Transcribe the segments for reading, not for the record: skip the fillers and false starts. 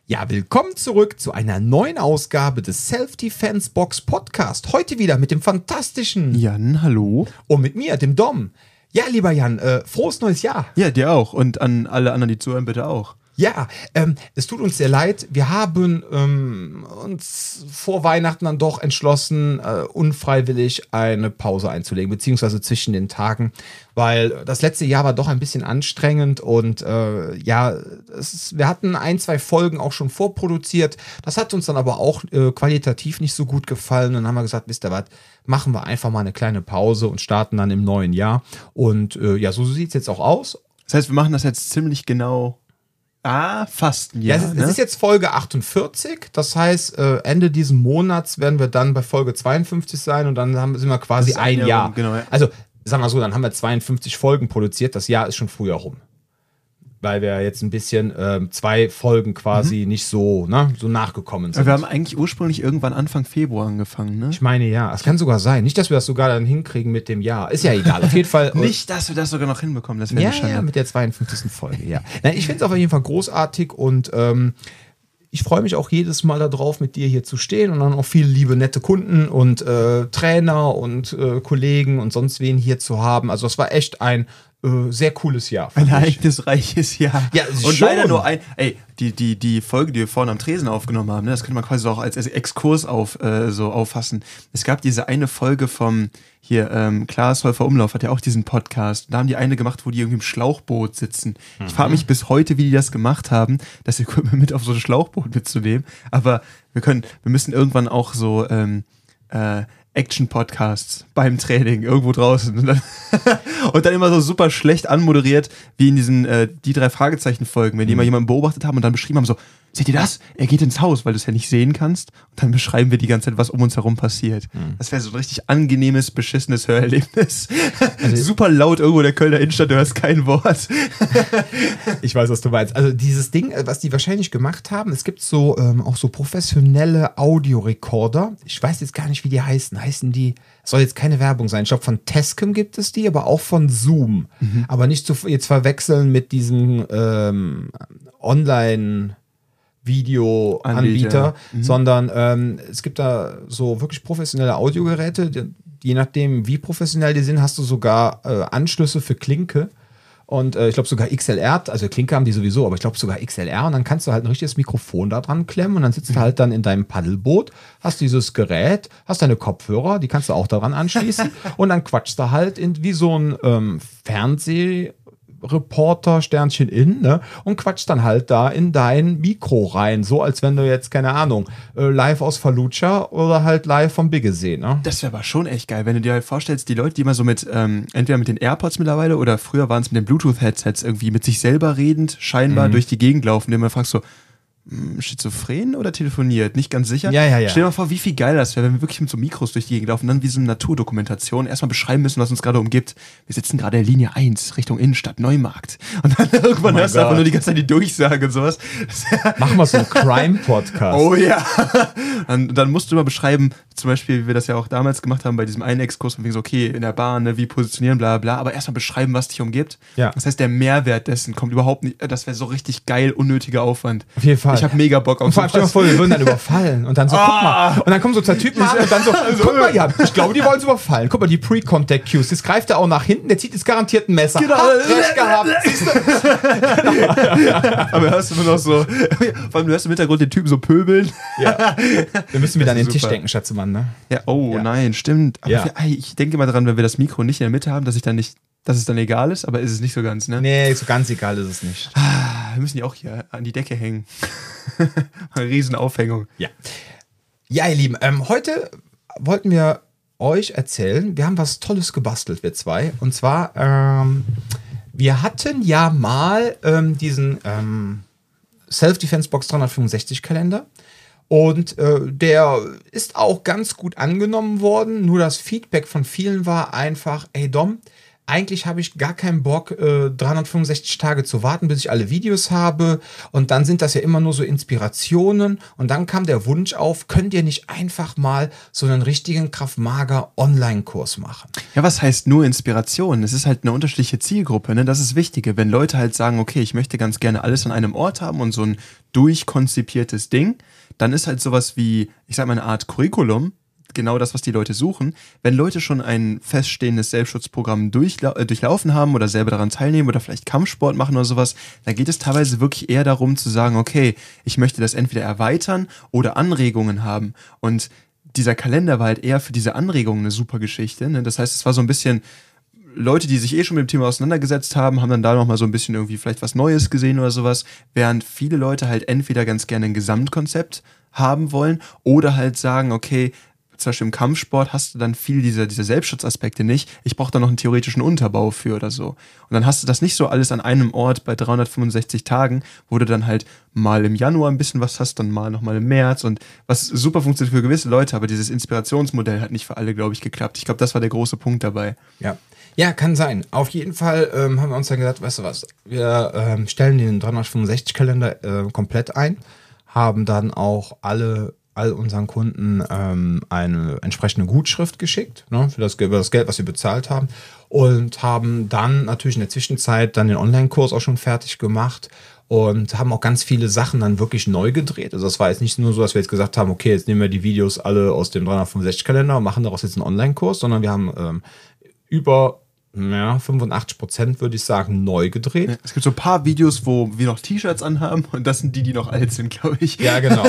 Ja, willkommen zurück zu einer neuen Ausgabe des Self-Defense Box Podcast. Heute wieder mit dem fantastischen Jan, hallo. Und mit mir, dem Dom. Ja, lieber Jan, frohes neues Jahr. Ja, dir auch. Und an alle anderen, die zuhören, bitte auch. Ja, es tut uns sehr leid. Wir haben uns vor Weihnachten dann doch entschlossen, unfreiwillig eine Pause einzulegen, beziehungsweise zwischen den Tagen, weil das letzte Jahr war doch ein bisschen anstrengend und wir hatten 1-2 Folgen auch schon vorproduziert. Das hat uns dann aber auch qualitativ nicht so gut gefallen. Und dann haben wir gesagt, wisst ihr was, machen wir einfach mal eine kleine Pause und starten dann im neuen Jahr. Und so sieht es jetzt auch aus. Das heißt, wir machen das jetzt ziemlich genau... fast ein Jahr. Ja, es ist jetzt Folge 48, das heißt, Ende diesen Monats werden wir dann bei Folge 52 sein und dann sind wir quasi ein Jahr. Genau, ja. Also, sagen wir so, dann haben wir 52 Folgen produziert, das Jahr ist schon früher rum. Weil wir jetzt ein bisschen 2 Folgen quasi nicht so nachgekommen sind. Aber wir haben eigentlich ursprünglich irgendwann Anfang Februar angefangen, ne? Ich meine, ja, es kann sogar sein. Nicht, dass wir das sogar dann hinkriegen mit dem Jahr. Ist ja egal. Auf jeden Fall. Nicht, dass wir das sogar noch hinbekommen. Das wäre ja, mit der 52. Folge, ja. Nein, ich finde es auf jeden Fall großartig und ich freue mich auch jedes Mal darauf, mit dir hier zu stehen und dann auch viele liebe, nette Kunden und Trainer und Kollegen und sonst wen hier zu haben. Also es war echt ein sehr cooles Jahr. Ein ereignisreiches Jahr. Ja, und schon. leider nur die Folge, die wir vorhin am Tresen aufgenommen haben, ne, das könnte man quasi so auch als Exkurs auffassen. Es gab diese eine Folge vom Klaas Häufer Umlauf hat ja auch diesen Podcast. Da haben die eine gemacht, wo die irgendwie im Schlauchboot sitzen. Ich frage mich bis heute, wie die das gemacht haben, das Equipment mit auf so ein Schlauchboot mitzunehmen. Aber wir müssen irgendwann auch so Action-Podcasts beim Training irgendwo draußen und dann immer so super schlecht anmoderiert, wie in diesen die 3 Fragezeichen-Folgen, wenn die mal jemanden beobachtet haben und dann beschrieben haben, so, seht ihr das? Er geht ins Haus, weil du es ja nicht sehen kannst und dann beschreiben wir die ganze Zeit, was um uns herum passiert. Das wäre so ein richtig angenehmes, beschissenes Hörerlebnis. Also, super laut irgendwo in der Kölner Innenstadt, du hörst kein Wort. Ich weiß, was du meinst. Also dieses Ding, was die wahrscheinlich gemacht haben, es gibt so auch so professionelle Audiorekorder. Ich weiß jetzt gar nicht, wie die heißen. Heißen die, soll jetzt keine Werbung sein. Ich glaube, von Tascam gibt es die, aber auch von Zoom. Aber nicht zu jetzt verwechseln mit diesem Online- Videoanbieter, sondern es gibt da so wirklich professionelle Audiogeräte. Je nachdem, wie professionell die sind, hast du sogar Anschlüsse für Klinke. Und ich glaube sogar XLR, also Klinke haben die sowieso, aber ich glaube sogar XLR. Und dann kannst du halt ein richtiges Mikrofon da dran klemmen und dann sitzt du halt dann in deinem Paddelboot, hast dieses Gerät, hast deine Kopfhörer, die kannst du auch daran anschließen und dann quatschst du halt wie so ein Fernsehreporter, Sternchen in, ne? Und quatscht dann halt da in dein Mikro rein, so als wenn du jetzt, keine Ahnung, live aus Fallujah oder halt live vom Biggesee, ne? Das wäre aber schon echt geil, wenn du dir halt vorstellst, die Leute, die immer so mit, entweder mit den AirPods mittlerweile oder früher waren es mit den Bluetooth-Headsets irgendwie mit sich selber redend, scheinbar durch die Gegend laufen, den man fragst so, schizophren oder telefoniert? Nicht ganz sicher. Ja. Stell dir mal vor, wie viel geiler das wäre, wenn wir wirklich mit so Mikros durch die Gegend laufen und dann wie so eine Naturdokumentation erstmal beschreiben müssen, was uns gerade umgibt. Wir sitzen gerade in Linie 1 Richtung Innenstadt, Neumarkt. Und dann irgendwann hörst du einfach nur die ganze Zeit die Durchsage und sowas. Machen wir so einen Crime-Podcast. Oh ja. Dann musst du mal beschreiben, zum Beispiel, wie wir das ja auch damals gemacht haben bei diesem einen Exkurs, von wegen so, okay, in der Bahn, ne, wie positionieren, bla bla, aber erstmal beschreiben, was dich umgibt. Ja. Das heißt, der Mehrwert dessen kommt überhaupt nicht, das wäre so richtig geil, unnötiger Aufwand. Auf jeden Fall. Ich habe mega Bock auf und vor allem, stell dir mal vor, wir würden dann überfallen und dann so, guck mal. Und dann kommen so 2 Typen an und dann so, guck mal, ja, ich glaube, die wollen uns überfallen. Guck mal, die Pre-Contact-Cues. Jetzt greift er auch nach hinten, der zieht jetzt garantiert ein Messer. Genau. Hat recht gehabt. Siehst du? Aber hörst du nur noch so, vor allem du hörst im Hintergrund den Typen so pöbeln. Ja. Wir müssen wieder an Das den ist Tisch super. denken, Schatzemann, ne? Ja, nein, stimmt. Aber Ja. ich denke mal daran, wenn wir das Mikro nicht in der Mitte haben, dass es dann egal ist, aber ist es nicht so ganz, ne? Nee, so ganz egal ist es nicht. Wir müssen die auch hier an die Decke hängen. Eine Riesenaufhängung. Ja. Ja, ihr Lieben, heute wollten wir euch erzählen, wir haben was Tolles gebastelt, wir 2. Und zwar, wir hatten ja mal diesen Self-Defense Box 365 Kalender. Und der ist auch ganz gut angenommen worden. Nur das Feedback von vielen war einfach, ey Dom, eigentlich habe ich gar keinen Bock, 365 Tage zu warten, bis ich alle Videos habe. Und dann sind das ja immer nur so Inspirationen. Und dann kam der Wunsch auf, könnt ihr nicht einfach mal so einen richtigen Krav Maga Online-Kurs machen? Ja, was heißt nur Inspiration? Es ist halt eine unterschiedliche Zielgruppe, ne? Das ist das Wichtige. Wenn Leute halt sagen, okay, ich möchte ganz gerne alles an einem Ort haben und so ein durchkonzipiertes Ding, dann ist halt sowas wie, ich sag mal, eine Art Curriculum genau das, was die Leute suchen. Wenn Leute schon ein feststehendes Selbstschutzprogramm durchlaufen haben oder selber daran teilnehmen oder vielleicht Kampfsport machen oder sowas, dann geht es teilweise wirklich eher darum zu sagen, okay, ich möchte das entweder erweitern oder Anregungen haben. Und dieser Kalender war halt eher für diese Anregungen eine super Geschichte, ne? Das heißt, es war so ein bisschen Leute, die sich schon mit dem Thema auseinandergesetzt haben, haben dann da nochmal so ein bisschen irgendwie vielleicht was Neues gesehen oder sowas, während viele Leute halt entweder ganz gerne ein Gesamtkonzept haben wollen oder halt sagen, okay, zum Beispiel im Kampfsport hast du dann viel diese Selbstschutzaspekte nicht. Ich brauche da noch einen theoretischen Unterbau für oder so. Und dann hast du das nicht so alles an einem Ort bei 365 Tagen, wo du dann halt mal im Januar ein bisschen was hast, dann mal nochmal im März und was super funktioniert für gewisse Leute, aber dieses Inspirationsmodell hat nicht für alle, glaube ich, geklappt. Ich glaube, das war der große Punkt dabei. Ja, kann sein. Auf jeden Fall haben wir uns dann gesagt, weißt du was, wir stellen den 365-Kalender komplett ein, haben dann auch all unseren Kunden eine entsprechende Gutschrift geschickt, ne, für das Geld, was sie bezahlt haben, und haben dann natürlich in der Zwischenzeit dann den Online-Kurs auch schon fertig gemacht und haben auch ganz viele Sachen dann wirklich neu gedreht. Also das war jetzt nicht nur so, dass wir jetzt gesagt haben, okay, jetzt nehmen wir die Videos alle aus dem 365-Kalender und machen daraus jetzt einen Online-Kurs, sondern wir haben über 85% würde ich sagen, neu gedreht. Ja, es gibt so ein paar Videos, wo wir noch T-Shirts anhaben und das sind die noch alt sind, glaube ich. Ja, genau.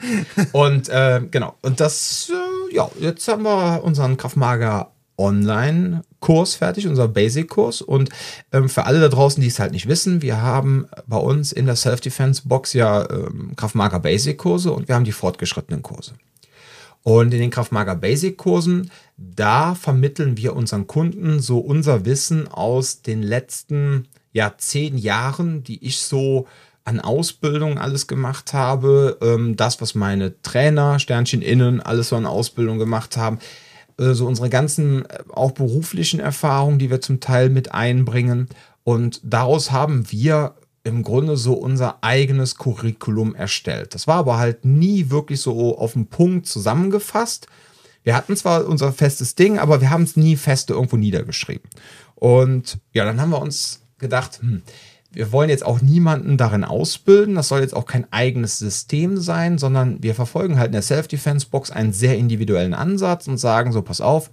Und genau. Und das, jetzt haben wir unseren Krav Maga Online-Kurs fertig, unser Basic-Kurs. Und für alle da draußen, die es halt nicht wissen, wir haben bei uns in der Self-Defense-Box ja Krav Maga Basic-Kurse und wir haben die fortgeschrittenen Kurse. Und in den Krav Maga Basic Kursen, da vermitteln wir unseren Kunden so unser Wissen aus den letzten 10 Jahren, die ich so an Ausbildung alles gemacht habe. Das, was meine Trainer, Sternchen innen, alles so an Ausbildung gemacht haben. So unsere ganzen auch beruflichen Erfahrungen, die wir zum Teil mit einbringen. Und daraus haben wir im Grunde so unser eigenes Curriculum erstellt. Das war aber halt nie wirklich so auf den Punkt zusammengefasst. Wir hatten zwar unser festes Ding, aber wir haben es nie fest irgendwo niedergeschrieben. Und ja, dann haben wir uns gedacht, wir wollen jetzt auch niemanden darin ausbilden. Das soll jetzt auch kein eigenes System sein, sondern wir verfolgen halt in der Self-Defense-Box einen sehr individuellen Ansatz und sagen so, pass auf,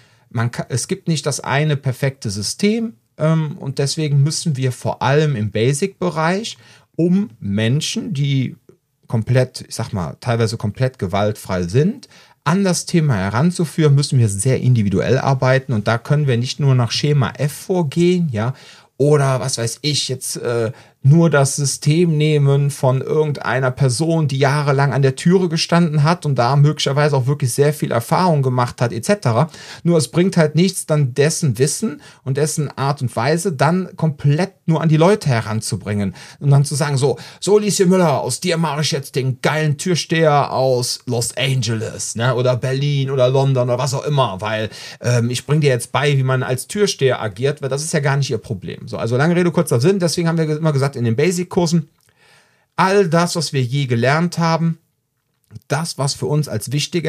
es gibt nicht das eine perfekte System, und deswegen müssen wir vor allem im Basic-Bereich, um Menschen, die komplett, ich sag mal, teilweise komplett gewaltfrei sind, an das Thema heranzuführen, müssen wir sehr individuell arbeiten. Und da können wir nicht nur nach Schema F vorgehen, ja, oder was weiß ich, jetzt nur das System nehmen von irgendeiner Person, die jahrelang an der Türe gestanden hat und da möglicherweise auch wirklich sehr viel Erfahrung gemacht hat, etc. Nur es bringt halt nichts, dann dessen Wissen und dessen Art und Weise dann komplett nur an die Leute heranzubringen und dann zu sagen, so Lieschen Müller, aus dir mache ich jetzt den geilen Türsteher aus Los Angeles, ne, oder Berlin oder London oder was auch immer, weil ich bringe dir jetzt bei, wie man als Türsteher agiert, weil das ist ja gar nicht ihr Problem. So, also lange Rede, kurzer Sinn, deswegen haben wir immer gesagt, in den Basic-Kursen, all das, was wir je gelernt haben, das, was für uns als wichtig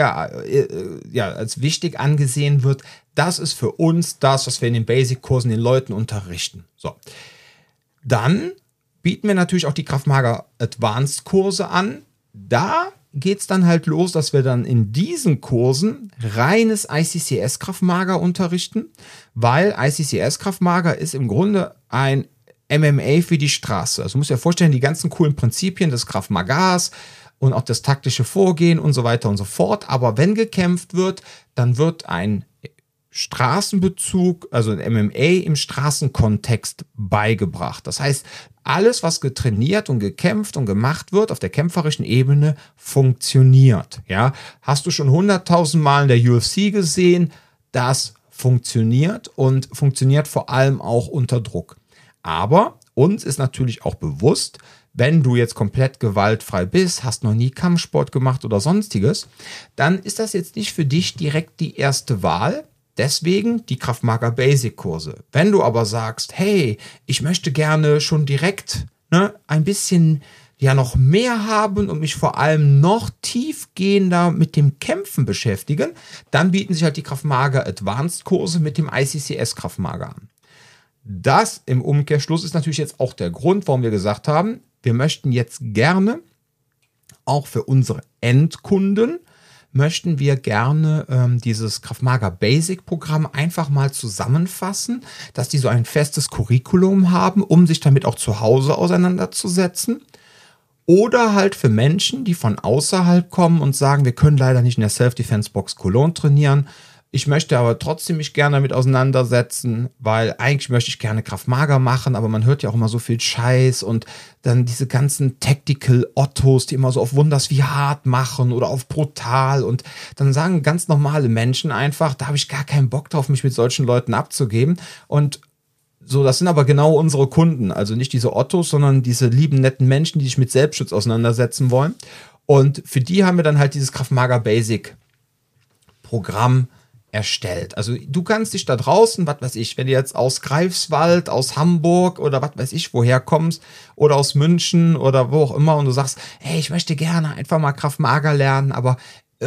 angesehen wird, das ist für uns das, was wir in den Basic-Kursen den Leuten unterrichten. So. Dann bieten wir natürlich auch die Krav Maga Advanced-Kurse an. Da geht es dann halt los, dass wir dann in diesen Kursen reines ICCS Krav Maga unterrichten, weil ICCS Krav Maga ist im Grunde ein MMA für die Straße. Also du musst dir vorstellen, die ganzen coolen Prinzipien des Krav Magas und auch das taktische Vorgehen und so weiter und so fort. Aber wenn gekämpft wird, dann wird ein Straßenbezug, also ein MMA im Straßenkontext beigebracht. Das heißt, alles, was getrainiert und gekämpft und gemacht wird auf der kämpferischen Ebene, funktioniert. Ja? Hast du schon 100.000 Mal in der UFC gesehen? Das funktioniert und funktioniert vor allem auch unter Druck. Aber uns ist natürlich auch bewusst, wenn du jetzt komplett gewaltfrei bist, hast noch nie Kampfsport gemacht oder sonstiges, dann ist das jetzt nicht für dich direkt die erste Wahl, Deswegen die Krav Maga Basic Kurse. Wenn du aber sagst, hey, ich möchte gerne schon direkt ein bisschen noch mehr haben und mich vor allem noch tiefgehender mit dem Kämpfen beschäftigen, dann bieten sich halt die Krav Maga Advanced Kurse mit dem ICCS Krav Maga an. Das im Umkehrschluss ist natürlich jetzt auch der Grund, warum wir gesagt haben, wir möchten jetzt gerne auch für unsere Endkunden möchten wir gerne dieses Krav Maga Basic Programm einfach mal zusammenfassen, dass die so ein festes Curriculum haben, um sich damit auch zu Hause auseinanderzusetzen. Oder halt für Menschen, die von außerhalb kommen und sagen, wir können leider nicht in der Self-Defense-Box Cologne trainieren. Ich möchte aber trotzdem mich gerne damit auseinandersetzen, weil eigentlich möchte ich gerne Krav Maga machen, aber man hört ja auch immer so viel Scheiß und dann diese ganzen Tactical Ottos, die immer so auf Wunders wie hart machen oder auf brutal und dann sagen ganz normale Menschen einfach, da habe ich gar keinen Bock drauf, mich mit solchen Leuten abzugeben und so, das sind aber genau unsere Kunden, also nicht diese Ottos, sondern diese lieben, netten Menschen, die sich mit Selbstschutz auseinandersetzen wollen und für die haben wir dann halt dieses Krav Maga Basic Programm erstellt. Also du kannst dich da draußen, was weiß ich, wenn du jetzt aus Greifswald, aus Hamburg oder was weiß ich, woher kommst oder aus München oder wo auch immer und du sagst, hey, ich möchte gerne einfach mal Krav Maga lernen, aber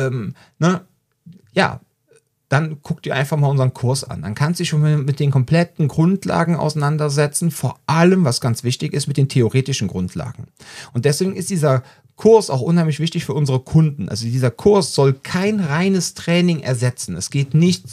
dann guck dir einfach mal unseren Kurs an. Dann kannst du dich schon mit den kompletten Grundlagen auseinandersetzen, vor allem, was ganz wichtig ist, mit den theoretischen Grundlagen. Und deswegen ist dieser Kurs auch unheimlich wichtig für unsere Kunden. Also dieser Kurs soll kein reines Training ersetzen. Es geht nichts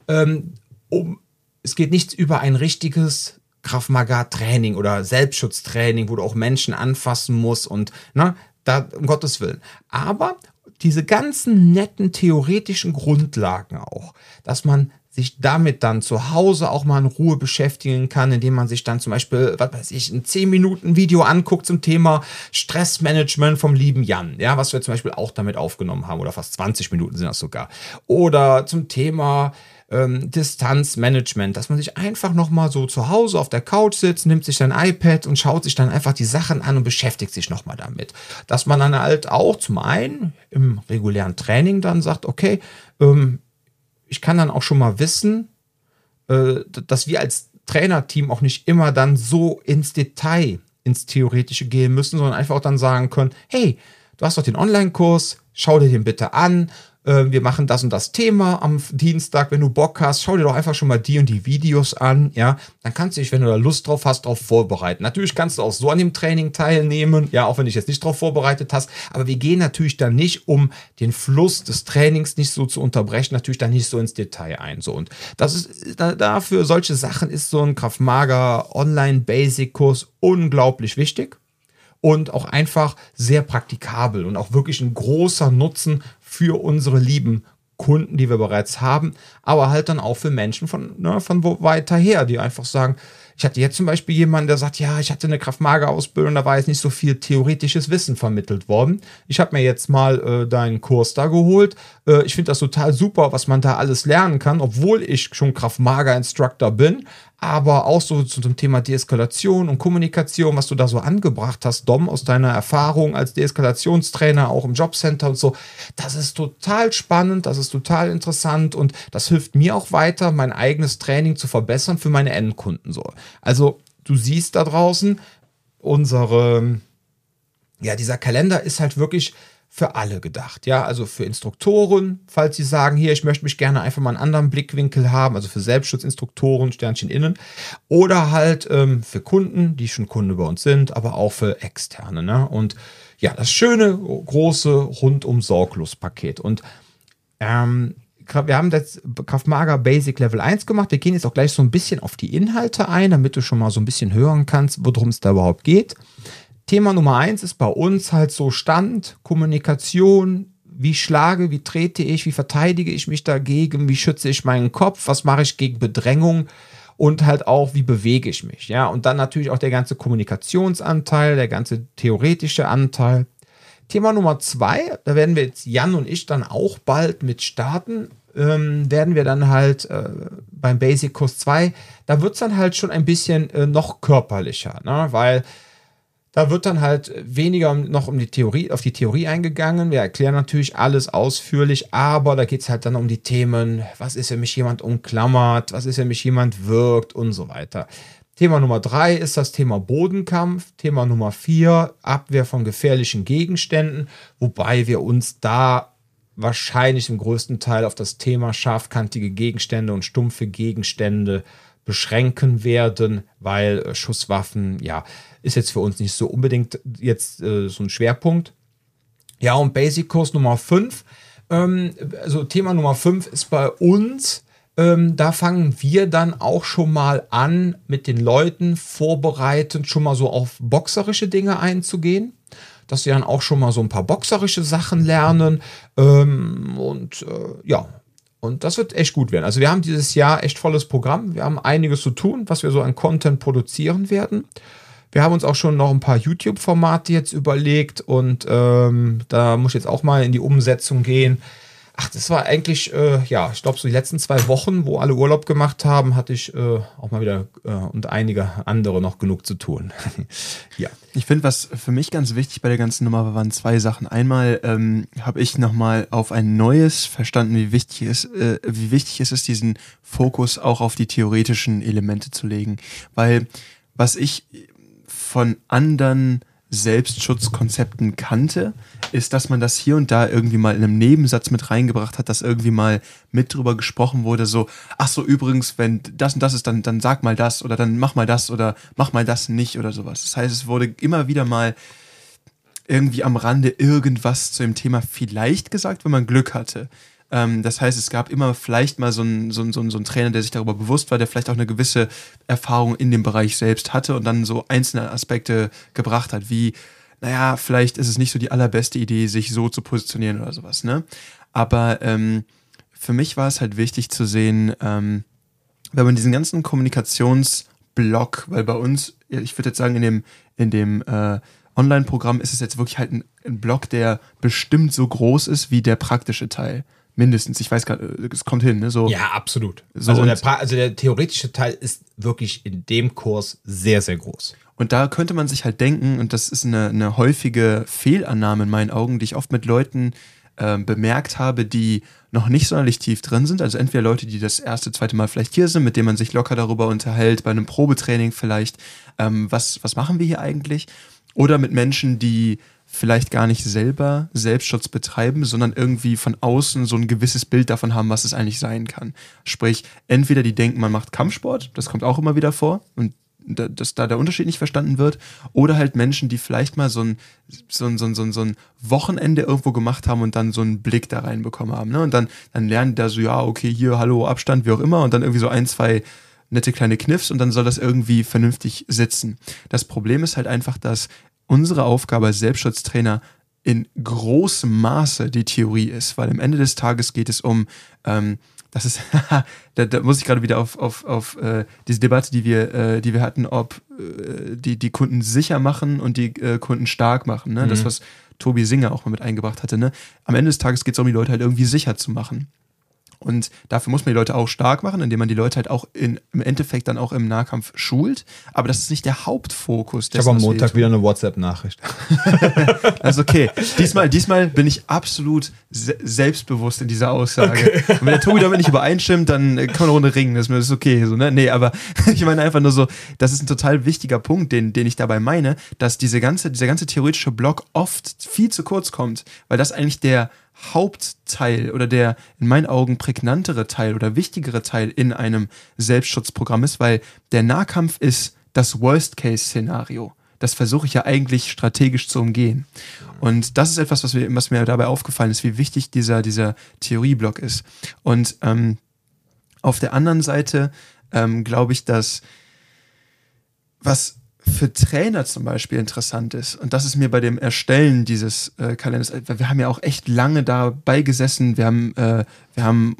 über ein richtiges Krav Maga Training oder Selbstschutztraining, wo du auch Menschen anfassen musst und da um Gottes Willen. Aber diese ganzen netten theoretischen Grundlagen auch, dass man sich damit dann zu Hause auch mal in Ruhe beschäftigen kann, indem man sich dann zum Beispiel, was weiß ich, ein 10-Minuten-Video anguckt zum Thema Stressmanagement vom lieben Jan, ja, was wir zum Beispiel auch damit aufgenommen haben, oder fast 20 Minuten sind das sogar. Oder zum Thema Distanzmanagement, dass man sich einfach nochmal so zu Hause auf der Couch sitzt, nimmt sich sein iPad und schaut sich dann einfach die Sachen an und beschäftigt sich nochmal damit. Dass man dann halt auch zum einen im regulären Training dann sagt, okay, ich kann dann auch schon mal wissen, dass wir als Trainerteam auch nicht immer dann so ins Detail, ins Theoretische gehen müssen, sondern einfach auch dann sagen können, hey, du hast doch den Online-Kurs, schau dir den bitte an, wir machen das und das Thema am Dienstag, wenn du Bock hast, schau dir doch einfach schon mal die und die Videos an, ja, dann kannst du dich, wenn du da Lust drauf hast, darauf vorbereiten. Natürlich kannst du auch so an dem Training teilnehmen, ja, auch wenn du dich jetzt nicht darauf vorbereitet hast, aber wir gehen natürlich dann nicht, um den Fluss des Trainings nicht so zu unterbrechen, natürlich dann nicht so ins Detail ein, so, und das ist, dafür solche Sachen ist so ein Krav Maga Online-Basic-Kurs unglaublich wichtig. Und auch einfach sehr praktikabel und auch wirklich ein großer Nutzen für unsere lieben Kunden, die wir bereits haben, aber halt dann auch für Menschen von wo weiter her, die einfach sagen, ich hatte jetzt zum Beispiel jemanden, der sagt, ja, ich hatte eine Krav Maga Ausbildung, da war jetzt nicht so viel theoretisches Wissen vermittelt worden. Ich habe mir jetzt mal deinen Kurs da geholt. Ich finde das total super, was man da alles lernen kann, obwohl ich schon Krav Maga Instructor bin, aber auch so zum Thema Deeskalation und Kommunikation, was du da so angebracht hast, Dom, aus deiner Erfahrung als Deeskalationstrainer, auch im Jobcenter und so. Das ist total spannend, das ist total interessant und das hilft mir auch weiter, mein eigenes Training zu verbessern für meine Endkunden so. Also du siehst da draußen, dieser Kalender ist halt wirklich für alle gedacht, ja, also für Instruktoren, falls sie sagen, hier, ich möchte mich gerne einfach mal einen anderen Blickwinkel haben, also für Selbstschutzinstruktoren, Sternchen innen, oder halt für Kunden, die schon Kunde bei uns sind, aber auch für Externe, ne? Und ja, das schöne, große, rundum sorglos Paket. Und wir haben das Krav Maga Basic Level 1 gemacht. Wir gehen jetzt auch gleich so ein bisschen auf die Inhalte ein, damit du schon mal so ein bisschen hören kannst, worum es da überhaupt geht. Thema Nummer 1 ist bei uns halt so Stand, Kommunikation, wie schlage, wie trete ich, wie verteidige ich mich dagegen, wie schütze ich meinen Kopf, was mache ich gegen Bedrängung und halt auch, wie bewege ich mich. Ja, und dann natürlich auch der ganze Kommunikationsanteil, der ganze theoretische Anteil. Thema Nummer 2, da werden wir jetzt Jan und ich dann auch bald mit starten, werden wir dann halt beim Basic Kurs 2, da wird es dann halt schon ein bisschen noch körperlicher, ne? Weil Da wird dann halt weniger noch auf die Theorie eingegangen. Wir erklären natürlich alles ausführlich, aber da geht es halt dann um die Themen, was ist, wenn mich jemand umklammert, was ist, wenn mich jemand wirkt und so weiter. Thema Nummer 3 ist das Thema Bodenkampf. Thema Nummer 4, Abwehr von gefährlichen Gegenständen, wobei wir uns da wahrscheinlich im größten Teil auf das Thema scharfkantige Gegenstände und stumpfe Gegenstände beschränken werden, weil Schusswaffen, ja, ist jetzt für uns nicht so unbedingt jetzt so ein Schwerpunkt. Ja, und Basic-Kurs Nummer 5, also Thema Nummer 5 ist bei uns, da fangen wir dann auch schon mal an, mit den Leuten vorbereitend schon mal so auf boxerische Dinge einzugehen, dass sie dann auch schon mal so ein paar boxerische Sachen lernen und das wird echt gut werden. Also wir haben dieses Jahr echt volles Programm. Wir haben einiges zu tun, was wir so an Content produzieren werden. Wir haben uns auch schon noch ein paar YouTube-Formate jetzt überlegt und da muss ich jetzt auch mal in die Umsetzung gehen. Ach, das war eigentlich, ich glaube, so die letzten 2 Wochen, wo alle Urlaub gemacht haben, hatte ich auch mal wieder und einige andere noch genug zu tun. Ja. Ich finde, was für mich ganz wichtig bei der ganzen Nummer waren 2 Sachen. Einmal habe ich nochmal auf ein neues verstanden, wie wichtig es ist, diesen Fokus auch auf die theoretischen Elemente zu legen. Weil was ich von anderen Selbstschutzkonzepten kannte, ist, dass man das hier und da irgendwie mal in einem Nebensatz mit reingebracht hat, dass irgendwie mal mit drüber gesprochen wurde, so, ach so, übrigens, wenn das und das ist, dann sag mal das oder dann mach mal das oder mach mal das nicht oder sowas. Das heißt, es wurde immer wieder mal irgendwie am Rande irgendwas zu dem Thema vielleicht gesagt, wenn man Glück hatte. Das heißt, es gab immer vielleicht mal so einen Trainer, der sich darüber bewusst war, der vielleicht auch eine gewisse Erfahrung in dem Bereich selbst hatte und dann so einzelne Aspekte gebracht hat, wie, naja, vielleicht ist es nicht so die allerbeste Idee, sich so zu positionieren oder sowas, ne? Aber für mich war es halt wichtig zu sehen, wenn man diesen ganzen Kommunikationsblock, weil bei uns, ich würde jetzt sagen, in dem Online-Programm ist es jetzt wirklich halt ein Block, der bestimmt so groß ist wie der praktische Teil. Mindestens, ich weiß gerade, es kommt hin, ne? So, ja, absolut. So also der theoretische Teil ist wirklich in dem Kurs sehr, sehr groß. Und da könnte man sich halt denken, und das ist eine häufige Fehlannahme in meinen Augen, die ich oft mit Leuten bemerkt habe, die noch nicht sonderlich tief drin sind. Also entweder Leute, die das erste, zweite Mal vielleicht hier sind, mit denen man sich locker darüber unterhält, bei einem Probetraining vielleicht, was machen wir hier eigentlich? Oder mit Menschen, die vielleicht gar nicht selber Selbstschutz betreiben, sondern irgendwie von außen so ein gewisses Bild davon haben, was es eigentlich sein kann. Sprich, entweder die denken, man macht Kampfsport, das kommt auch immer wieder vor und dass da der Unterschied nicht verstanden wird, oder halt Menschen, die vielleicht mal so ein Wochenende irgendwo gemacht haben und dann so einen Blick da reinbekommen haben, ne? Und dann lernen die da so, ja, okay, hier, hallo, Abstand, wie auch immer, und dann irgendwie so 1, 2 nette kleine Kniffs und dann soll das irgendwie vernünftig sitzen. Das Problem ist halt einfach, dass unsere Aufgabe als Selbstschutztrainer in großem Maße die Theorie ist, weil am Ende des Tages geht es um, das ist, da muss ich gerade wieder auf diese Debatte, die wir hatten, ob die Kunden sicher machen und die Kunden stark machen, ne? Das, was Tobi Singer auch mal mit eingebracht hatte, ne? Am Ende des Tages geht es darum, die Leute halt irgendwie sicher zu machen. Und dafür muss man die Leute auch stark machen, indem man die Leute halt auch im Endeffekt dann auch im Nahkampf schult. Aber das ist nicht der Hauptfokus. Ich habe am Montag wieder eine WhatsApp-Nachricht. Also okay, diesmal bin ich absolut selbstbewusst in dieser Aussage. Okay. Und wenn der Tobi damit nicht übereinstimmt, dann kann man eine Runde ringen, das ist okay. So, ne? Nee, aber ich meine einfach nur so, das ist ein total wichtiger Punkt, den ich dabei meine, dass dieser ganze theoretische Block oft viel zu kurz kommt, weil das eigentlich der Hauptteil oder der in meinen Augen prägnantere Teil oder wichtigere Teil in einem Selbstschutzprogramm ist, weil der Nahkampf ist das Worst-Case-Szenario. Das versuche ich ja eigentlich strategisch zu umgehen. Und das ist etwas, was mir dabei aufgefallen ist, wie wichtig dieser Theorieblock ist. Und auf der anderen Seite glaube ich, dass was für Trainer zum Beispiel interessant ist, und das ist mir bei dem Erstellen dieses Kalenders, wir haben ja auch echt lange dabei gesessen, wir haben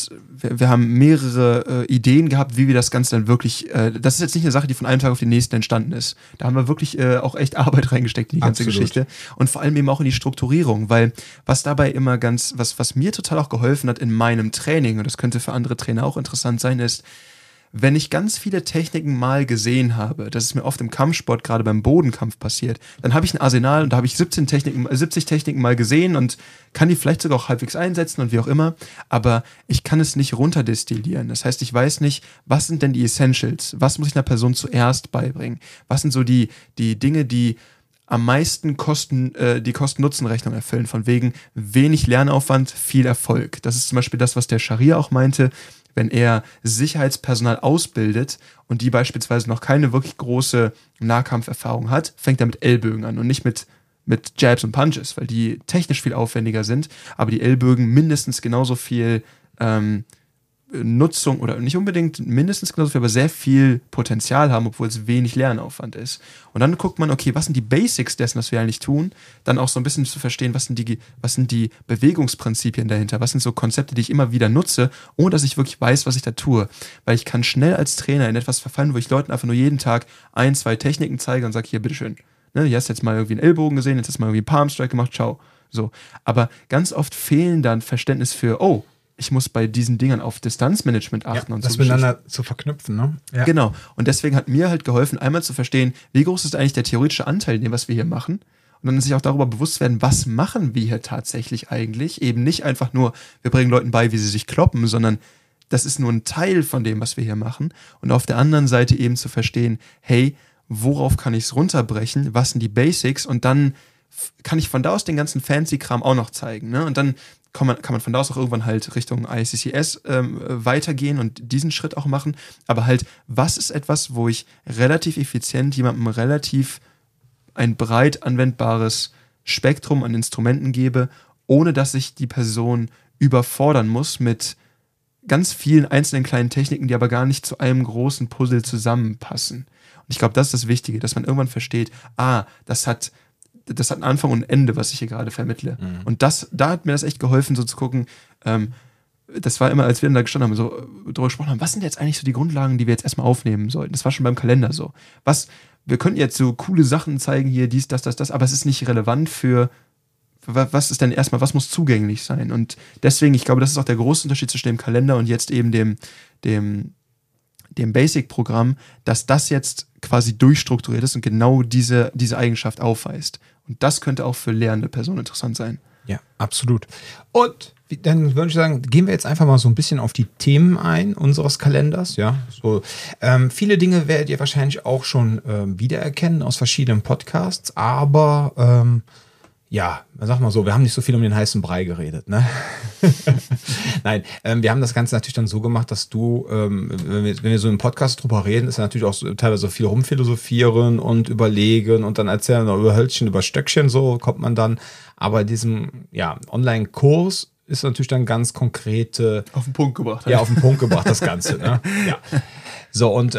mehrere Ideen gehabt, wie wir das Ganze dann wirklich, das ist jetzt nicht eine Sache, die von einem Tag auf den nächsten entstanden ist. Da haben wir wirklich auch echt Arbeit reingesteckt in die ganze Geschichte und vor allem eben auch in die Strukturierung, weil was dabei immer was mir total auch geholfen hat in meinem Training, und das könnte für andere Trainer auch interessant sein, ist, wenn ich ganz viele Techniken mal gesehen habe, das ist mir oft im Kampfsport, gerade beim Bodenkampf passiert, dann habe ich ein Arsenal und da habe ich 70 Techniken mal gesehen und kann die vielleicht sogar auch halbwegs einsetzen und wie auch immer, aber ich kann es nicht runterdestillieren. Das heißt, ich weiß nicht, was sind denn die Essentials? Was muss ich einer Person zuerst beibringen? Was sind so die Dinge, die am meisten die Kosten-Nutzen-Rechnung erfüllen, von wegen wenig Lernaufwand, viel Erfolg. Das ist zum Beispiel das, was der Scharia auch meinte, wenn er Sicherheitspersonal ausbildet und die beispielsweise noch keine wirklich große Nahkampferfahrung hat, fängt er mit Ellbögen an und nicht mit Jabs und Punches, weil die technisch viel aufwendiger sind, aber die Ellbögen mindestens genauso viel Nutzung oder nicht unbedingt mindestens genauso viel, aber sehr viel Potenzial haben, obwohl es wenig Lernaufwand ist. Und dann guckt man, okay, was sind die Basics dessen, was wir eigentlich tun? Dann auch so ein bisschen zu verstehen, was sind die Bewegungsprinzipien dahinter? Was sind so Konzepte, die ich immer wieder nutze, ohne dass ich wirklich weiß, was ich da tue? Weil ich kann schnell als Trainer in etwas verfallen, wo ich Leuten einfach nur jeden Tag 1, 2 Techniken zeige und sage, hier, bitteschön. Ne, hier hast du jetzt mal irgendwie einen Ellbogen gesehen, jetzt hast du mal irgendwie einen Palmstrike gemacht, ciao. So. Aber ganz oft fehlen dann Verständnis für, ich muss bei diesen Dingern auf Distanzmanagement achten und das so. Das miteinander zu verknüpfen, ne? Ja. Genau. Und deswegen hat mir halt geholfen, einmal zu verstehen, wie groß ist eigentlich der theoretische Anteil in dem, was wir hier machen. Und dann sich auch darüber bewusst werden, was machen wir hier tatsächlich eigentlich. Eben nicht einfach nur, wir bringen Leuten bei, wie sie sich kloppen, sondern das ist nur ein Teil von dem, was wir hier machen. Und auf der anderen Seite eben zu verstehen, hey, worauf kann ich es runterbrechen? Was sind die Basics? Und dann kann ich von da aus den ganzen Fancy-Kram auch noch zeigen. Ne? Und dann kann man von da aus auch irgendwann halt Richtung ICCS weitergehen und diesen Schritt auch machen. Aber halt, was ist etwas, wo ich relativ effizient jemandem relativ ein breit anwendbares Spektrum an Instrumenten gebe, ohne dass ich die Person überfordern muss mit ganz vielen einzelnen kleinen Techniken, die aber gar nicht zu einem großen Puzzle zusammenpassen. Und ich glaube, das ist das Wichtige, dass man irgendwann versteht, das hat einen Anfang und ein Ende, was ich hier gerade vermittle. Mhm. Und da hat mir das echt geholfen, so zu gucken, das war immer, als wir dann da gestanden haben, so drüber gesprochen haben, was sind jetzt eigentlich so die Grundlagen, die wir jetzt erstmal aufnehmen sollten? Das war schon beim Kalender so. Wir könnten jetzt so coole Sachen zeigen hier, dies, das, aber es ist nicht relevant für was ist denn erstmal, was muss zugänglich sein? Und deswegen, ich glaube, das ist auch der große Unterschied zwischen dem Kalender und jetzt eben dem Basic-Programm, dass das jetzt quasi durchstrukturiert ist und genau diese Eigenschaft aufweist. Und das könnte auch für lernende Personen interessant sein. Ja, absolut. Und dann würde ich sagen, gehen wir jetzt einfach mal so ein bisschen auf die Themen ein unseres Kalenders. Ja, so viele Dinge werdet ihr wahrscheinlich auch schon wiedererkennen aus verschiedenen Podcasts, aber ja, sag mal so, wir haben nicht so viel um den heißen Brei geredet, ne? Nein, wir haben das Ganze natürlich dann so gemacht, dass du, wenn wir so im Podcast drüber reden, ist ja natürlich auch so, teilweise so viel rumphilosophieren und überlegen und dann erzählen wir über Hölzchen, über Stöckchen, so kommt man dann. Aber in diesem Online-Kurs ist natürlich dann ganz konkrete... Auf den Punkt gebracht. Ja, auf den Punkt gebracht, das Ganze, ne? Ja. So, und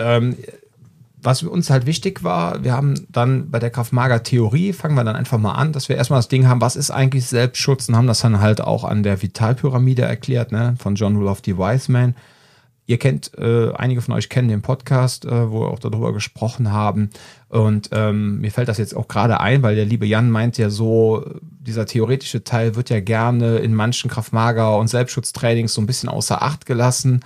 was uns halt wichtig war, wir haben dann bei der Krav-Maga-Theorie, fangen wir dann einfach mal an, dass wir erstmal das Ding haben, was ist eigentlich Selbstschutz, und haben das dann halt auch an der Vitalpyramide erklärt, ne, von John Rolfe Wiseman. Ihr kennt, einige von euch kennen den Podcast, wo wir auch darüber gesprochen haben, und mir fällt das jetzt auch gerade ein, weil der liebe Jan meint ja so, dieser theoretische Teil wird ja gerne in manchen Krav-Maga- und Selbstschutztrainings so ein bisschen außer Acht gelassen.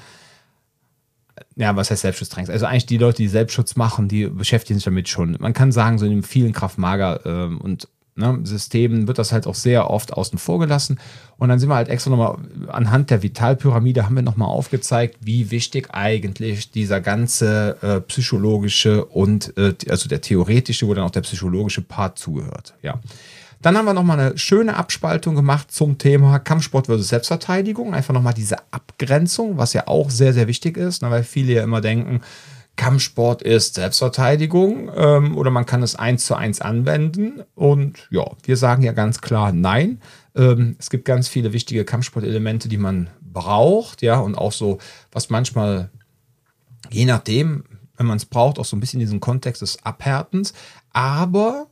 Ja, was heißt Selbstschutztrainings? Also eigentlich die Leute, die Selbstschutz machen, die beschäftigen sich damit schon. Man kann sagen, so in den vielen Krav-Maga und Systemen wird das halt auch sehr oft außen vor gelassen. Und dann sind wir halt extra nochmal anhand der Vitalpyramide haben wir nochmal aufgezeigt, wie wichtig eigentlich dieser ganze psychologische und also der theoretische, wo dann auch der psychologische Part zugehört. Ja. Dann haben wir nochmal eine schöne Abspaltung gemacht zum Thema Kampfsport versus Selbstverteidigung. Einfach nochmal diese Abgrenzung, was ja auch sehr, sehr wichtig ist, weil viele ja immer denken, Kampfsport ist Selbstverteidigung oder man kann es 1:1 anwenden. Und ja, wir sagen ja ganz klar nein. Es gibt ganz viele wichtige Kampfsportelemente, die man braucht, ja, und auch so, was manchmal, je nachdem, wenn man es braucht, auch so ein bisschen in diesem Kontext des Abhärtens. Aber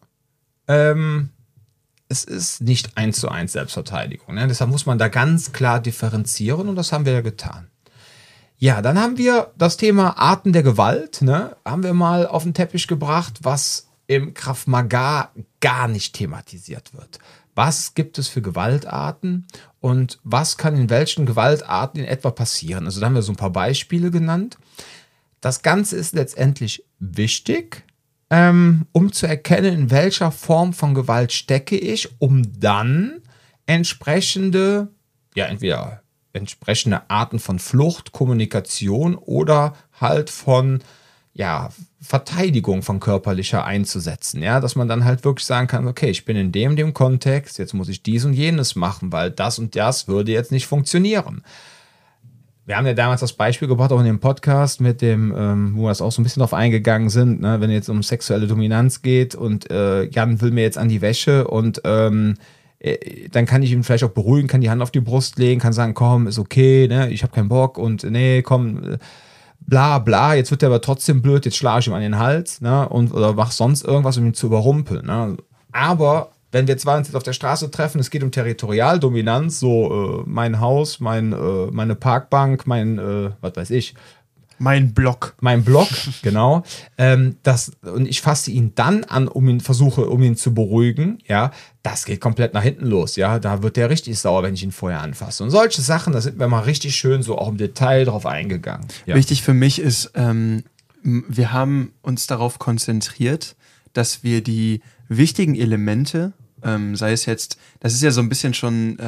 es ist nicht 1:1 Selbstverteidigung. Ne? Deshalb muss man da ganz klar differenzieren und das haben wir ja getan. Ja, dann haben wir das Thema Arten der Gewalt, ne? Haben wir mal auf den Teppich gebracht, was im Krav Maga gar nicht thematisiert wird. Was gibt es für Gewaltarten und was kann in welchen Gewaltarten in etwa passieren? Also da haben wir so ein paar Beispiele genannt. das Ganze ist letztendlich wichtig, um zu erkennen, in welcher Form von Gewalt stecke ich, um dann entweder entsprechende Arten von Flucht, Kommunikation oder halt von Verteidigung von körperlicher einzusetzen. Ja, dass man dann halt wirklich sagen kann, okay, ich bin in dem Kontext, jetzt muss ich dies und jenes machen, weil das und das würde jetzt nicht funktionieren. Wir haben ja damals das Beispiel gebracht, auch in dem Podcast mit dem, wo wir das auch so ein bisschen drauf eingegangen sind, ne? Wenn es jetzt um sexuelle Dominanz geht und Jan will mir jetzt an die Wäsche und dann kann ich ihn vielleicht auch beruhigen, kann die Hand auf die Brust legen, kann sagen, komm, ist okay, ne? Ich habe keinen Bock und nee, komm, bla bla, jetzt wird der aber trotzdem blöd, jetzt schlage ich ihm an den Hals, ne? Oder mach sonst irgendwas, um ihn zu überrumpeln. Ne? Aber wenn wir zwei uns jetzt auf der Straße treffen, es geht um Territorialdominanz, so mein Haus, meine Parkbank, was weiß ich. Mein Block, genau. Und ich fasse ihn dann an, um ihn zu beruhigen, ja, das geht komplett nach hinten los, ja. Da wird der richtig sauer, wenn ich ihn vorher anfasse. Und solche Sachen, da sind wir mal richtig schön so auch im Detail drauf eingegangen. Ja. Wichtig für mich ist, wir haben uns darauf konzentriert, dass wir die wichtigen Elemente, sei es jetzt, das ist ja so ein bisschen schon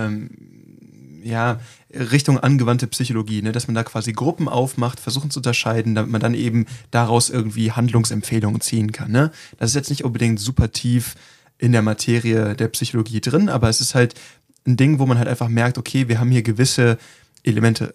Richtung angewandte Psychologie, ne? Dass man da quasi Gruppen aufmacht, versuchen zu unterscheiden, damit man dann eben daraus irgendwie Handlungsempfehlungen ziehen kann. Ne? Das ist jetzt nicht unbedingt super tief in der Materie der Psychologie drin, aber es ist halt ein Ding, wo man halt einfach merkt, okay, wir haben hier gewisse Elemente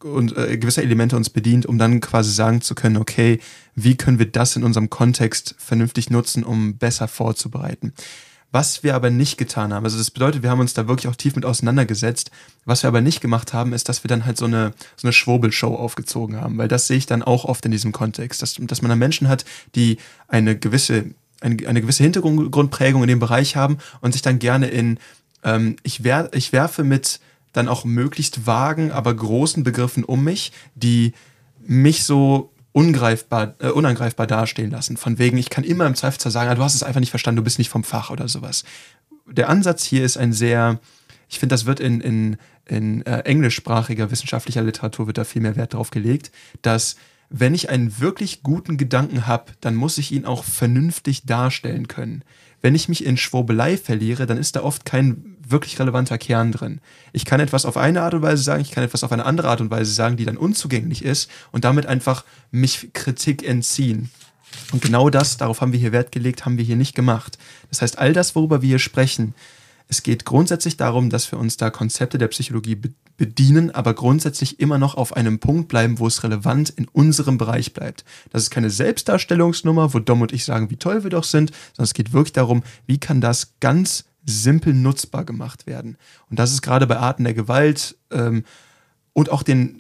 uns bedient, um dann quasi sagen zu können, okay, wie können wir das in unserem Kontext vernünftig nutzen, um besser vorzubereiten. Was wir aber nicht getan haben, also das bedeutet, wir haben uns da wirklich auch tief mit auseinandergesetzt. Was wir aber nicht gemacht haben, ist, dass wir dann halt so eine Schwurbelshow aufgezogen haben, weil das sehe ich dann auch oft in diesem Kontext, dass man dann Menschen hat, die eine gewisse Hintergrundprägung in dem Bereich haben und sich dann gerne ich werfe mit dann auch möglichst vagen, aber großen Begriffen um mich, die mich so unangreifbar dastehen lassen. Von wegen, ich kann immer im Zweifelsfall sagen, du hast es einfach nicht verstanden, du bist nicht vom Fach oder sowas. Der Ansatz hier ist ich finde, das wird in englischsprachiger wissenschaftlicher Literatur wird da viel mehr Wert drauf gelegt, dass wenn ich einen wirklich guten Gedanken habe, dann muss ich ihn auch vernünftig darstellen können. Wenn ich mich in Schwurbelei verliere, dann ist da oft kein wirklich relevanter Kern drin. Ich kann etwas auf eine Art und Weise sagen, ich kann etwas auf eine andere Art und Weise sagen, die dann unzugänglich ist und damit einfach mich Kritik entziehen. Und genau darauf haben wir hier Wert gelegt, haben wir hier nicht gemacht. Das heißt, all das, worüber wir hier sprechen, es geht grundsätzlich darum, dass wir uns da Konzepte der Psychologie bedienen, aber grundsätzlich immer noch auf einem Punkt bleiben, wo es relevant in unserem Bereich bleibt. Das ist keine Selbstdarstellungsnummer, wo Dom und ich sagen, wie toll wir doch sind, sondern es geht wirklich darum, wie kann das ganz simpel nutzbar gemacht werden. Und das ist gerade bei Arten der Gewalt und auch den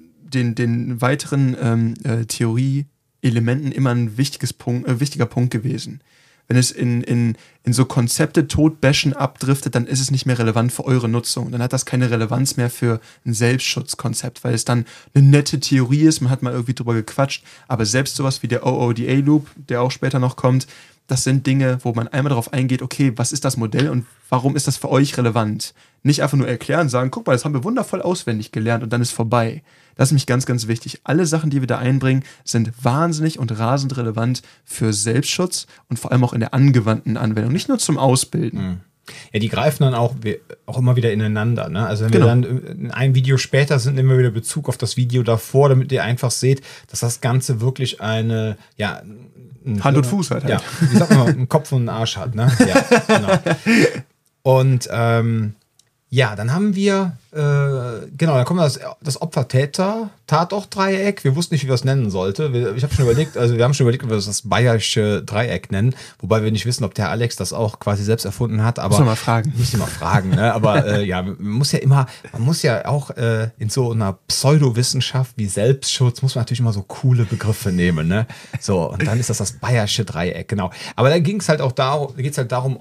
weiteren Theorie-Elementen immer ein wichtiger Punkt gewesen. Wenn es in so Konzepte totbashen abdriftet, dann ist es nicht mehr relevant für eure Nutzung. Dann hat das keine Relevanz mehr für ein Selbstschutzkonzept, weil es dann eine nette Theorie ist, man hat mal irgendwie drüber gequatscht, aber selbst sowas wie der OODA-Loop, der auch später noch kommt, das sind Dinge, wo man einmal darauf eingeht, okay, was ist das Modell und warum ist das für euch relevant? Nicht einfach nur erklären, sagen, guck mal, das haben wir wundervoll auswendig gelernt und dann ist vorbei. Das ist nämlich ganz, ganz wichtig. Alle Sachen, die wir da einbringen, sind wahnsinnig und rasend relevant für Selbstschutz und vor allem auch in der angewandten Anwendung, nicht nur zum Ausbilden. Ja, die greifen dann auch immer wieder ineinander. Ne? Also wenn wir dann in einem Video später sind, nehmen wir wieder Bezug auf das Video davor, damit ihr einfach seht, dass das Ganze wirklich eine, Hand und Fuß hat. Ja, wie sagt man, einen Kopf und einen Arsch hat. Ne? Ja, genau. Und dann haben wir, dann kommt das Opfer-Täter-Tatort-Dreieck. Wir wussten nicht, wie wir es nennen sollten. Wir haben schon überlegt, ob wir das Bayerische Dreieck nennen, wobei wir nicht wissen, ob der Alex das auch quasi selbst erfunden hat. Aber müssen wir mal fragen. Ne? Aber man muss ja auch in so einer Pseudowissenschaft wie Selbstschutz, muss man natürlich immer so coole Begriffe nehmen. Ne? So, und dann ist das Bayerische Dreieck, genau. Aber da geht's halt darum,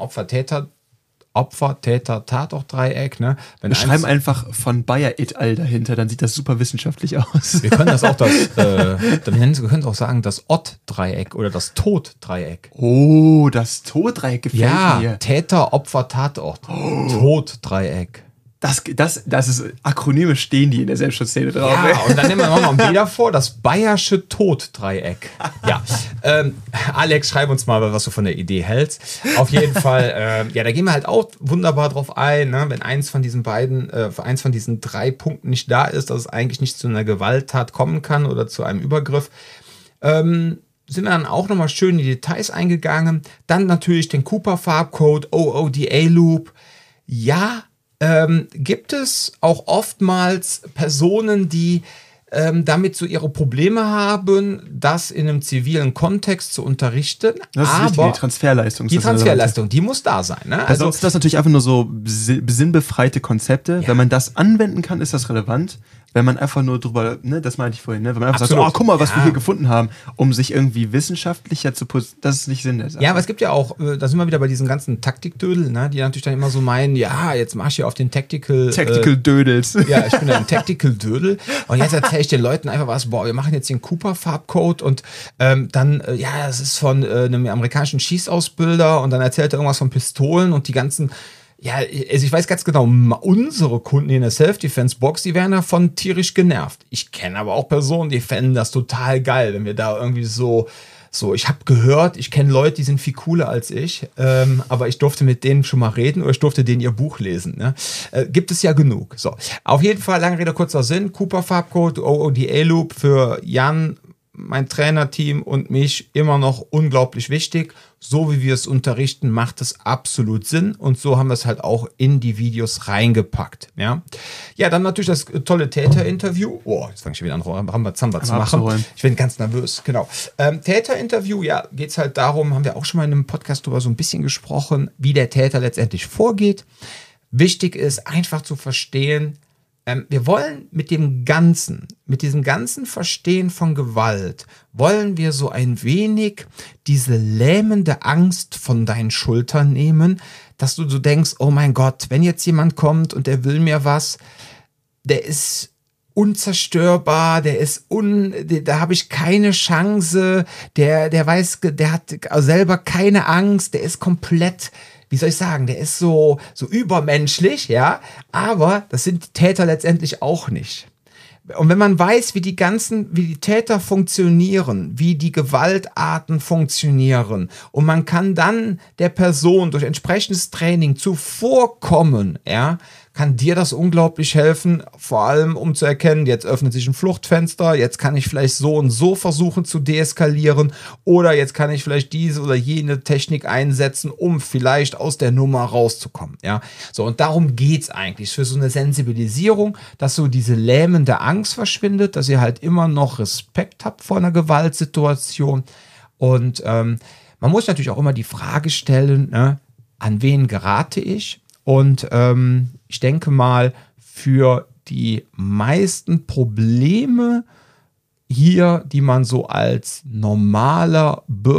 Opfer-Täter-Tatort-Dreieck. Ne? Wir schreiben einfach von Bayer et al. Dahinter, dann sieht das super wissenschaftlich aus. Wir können das auch wir können auch sagen, das Ott-Dreieck oder das Tod-Dreieck. Oh, das Tod-Dreieck gefällt mir. Ja, Täter, Opfer, Tatort. Tod-Dreieck. Das ist Akronyme, stehen die in der Selbstschutzszene drauf. Ja, und dann nehmen wir noch ein B davor, das Bayersche Toddreieck. Ja, Alex, schreib uns mal, was du von der Idee hältst. Auf jeden Fall, da gehen wir halt auch wunderbar drauf ein, ne? Wenn eins von diesen 3 Punkten nicht da ist, dass es eigentlich nicht zu einer Gewalttat kommen kann oder zu einem Übergriff, sind wir dann auch nochmal schön in die Details eingegangen. Dann natürlich den Cooper-Farbcode, OODA-Loop. Ja, gibt es auch oftmals Personen, die damit so ihre Probleme haben, das in einem zivilen Kontext zu unterrichten. Das ist wichtig, die Transferleistung. Die Transferleistung, die muss da sein. Ne? Also sonst ist das natürlich einfach nur so sinnbefreite Konzepte. Ja. Wenn man das anwenden kann, ist das relevant. Wenn man einfach nur drüber, ne, das meinte ich vorhin, ne, wenn man einfach sagt, guck mal, was wir hier gefunden haben, um sich irgendwie wissenschaftlicher zu putzen, das ist nicht Sinn der Sache. Ja, aber es gibt ja auch, da sind wir wieder bei diesen ganzen Taktikdödel, ne, die natürlich dann immer so meinen, ja, jetzt mach ich hier auf den Tactical Dödels. Ja, ich bin ein Tactical Dödel und jetzt erzähle ich den Leuten einfach was, wir machen jetzt den Cooper-Farbcode und das ist von einem amerikanischen Schießausbilder und dann erzählt er irgendwas von Pistolen und die ganzen. Ja, also ich weiß ganz genau, unsere Kunden in der Self-Defense-Box, die werden davon tierisch genervt. Ich kenne aber auch Personen, die fänden das total geil, wenn wir da irgendwie so ich habe gehört, ich kenne Leute, die sind viel cooler als ich, aber ich durfte mit denen schon mal reden oder ich durfte denen ihr Buch lesen. Ne? Gibt es ja genug. So, auf jeden Fall, lange Rede, kurzer Sinn, Cooper-Farbcode, OODA-Loop für Jan, mein Trainerteam und mich immer noch unglaublich wichtig. So wie wir es unterrichten, macht es absolut Sinn und so haben wir es halt auch in die Videos reingepackt. Ja, dann natürlich das tolle Täterinterview. Oh, jetzt fange ich wieder an, Rambazamba zu machen. Ich bin ganz nervös, genau. Täterinterview, geht es halt darum, haben wir auch schon mal in einem Podcast drüber so ein bisschen gesprochen, wie der Täter letztendlich vorgeht. Wichtig ist einfach zu verstehen, wir wollen mit diesem ganzen Verstehen von Gewalt, wollen wir so ein wenig diese lähmende Angst von deinen Schultern nehmen, dass du so denkst, oh mein Gott, wenn jetzt jemand kommt und der will mir was, der ist unzerstörbar, da habe ich keine Chance, der weiß, der hat selber keine Angst, der ist komplett, wie soll ich sagen, der ist so übermenschlich, ja, aber das sind die Täter letztendlich auch nicht. Und wenn man weiß, wie die Täter funktionieren, wie die Gewaltarten funktionieren und man kann dann der Person durch entsprechendes Training zuvorkommen, ja, kann dir das unglaublich helfen, vor allem um zu erkennen, jetzt öffnet sich ein Fluchtfenster, jetzt kann ich vielleicht so und so versuchen zu deeskalieren oder jetzt kann ich vielleicht diese oder jene Technik einsetzen, um vielleicht aus der Nummer rauszukommen. Ja, so, und darum geht's eigentlich, für so eine Sensibilisierung, dass so diese lähmende Angst verschwindet, dass ihr halt immer noch Respekt habt vor einer Gewaltsituation und man muss natürlich auch immer die Frage stellen, ne, an wen gerate ich? Und ich denke mal, für die meisten Probleme hier, die man so als normale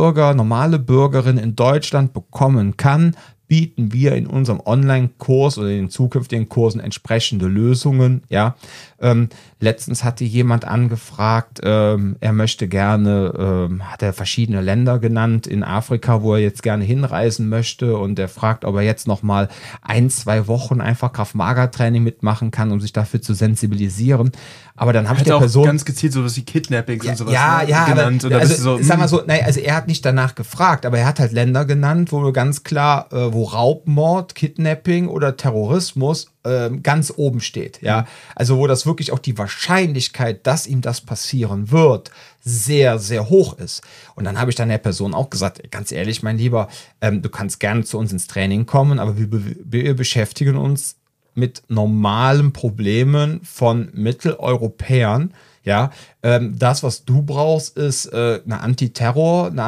Bürgerin in Deutschland bekommen kann, bieten wir in unserem Online-Kurs oder in den zukünftigen Kursen entsprechende Lösungen. Ja, letztens hatte jemand angefragt, er möchte gerne, hat er verschiedene Länder genannt in Afrika, wo er jetzt gerne hinreisen möchte und er fragt, ob er jetzt noch mal 1-2 Wochen einfach Krav-Maga-Training mitmachen kann, um sich dafür zu sensibilisieren. Aber dann habe ich der Person ganz gezielt sowas wie Kidnappings und sowas genannt. Oder also, sag mal so, also er hat nicht danach gefragt, aber er hat halt Länder genannt, wo ganz klar, wo Raubmord, Kidnapping oder Terrorismus ganz oben steht. Ja, also wo das wirklich auch die Wahrscheinlichkeit, dass ihm das passieren wird, sehr, sehr hoch ist. Und dann habe ich dann der Person auch gesagt, ganz ehrlich, mein Lieber, du kannst gerne zu uns ins Training kommen, aber wir beschäftigen uns mit normalen Problemen von Mitteleuropäern. Ja, das, was du brauchst, ist eine Anti-Terror, eine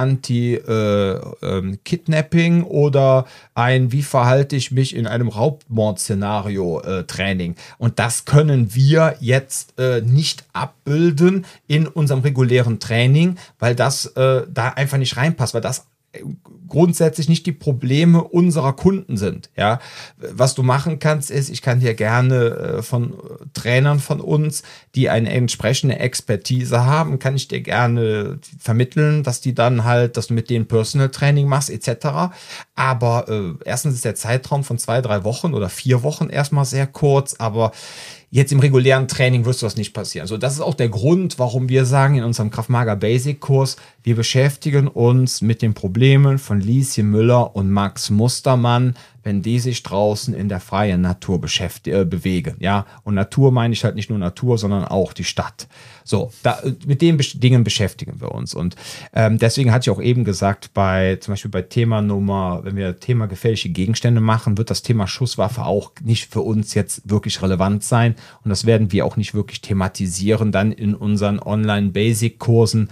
Anti-Kidnapping oder ein wie verhalte ich mich in einem Raubmord-Szenario Training. Und das können wir jetzt nicht abbilden in unserem regulären Training, weil das da einfach nicht reinpasst, weil das grundsätzlich nicht die Probleme unserer Kunden sind. Ja, was du machen kannst, ist, ich kann dir gerne von Trainern von uns, die eine entsprechende Expertise haben, kann ich dir gerne vermitteln, dass die dann halt, dass du mit denen Personal Training machst, etc. Aber erstens ist der Zeitraum von 2-3 Wochen oder 4 Wochen erstmal sehr kurz, aber jetzt im regulären Training wirst du das nicht passieren. Also das ist auch der Grund, warum wir sagen in unserem Krav Maga Basic Kurs, wir beschäftigen uns mit den Problemen von Lieschen Müller und Max Mustermann, wenn die sich draußen in der freien Natur bewegen. Ja, und Natur meine ich halt nicht nur Natur, sondern auch die Stadt. So, mit den Dingen beschäftigen wir uns. Und deswegen hatte ich auch eben gesagt, zum Beispiel bei wenn wir Thema gefährliche Gegenstände machen, wird das Thema Schusswaffe auch nicht für uns jetzt wirklich relevant sein. Und das werden wir auch nicht wirklich thematisieren dann in unseren Online-Basic-Kursen.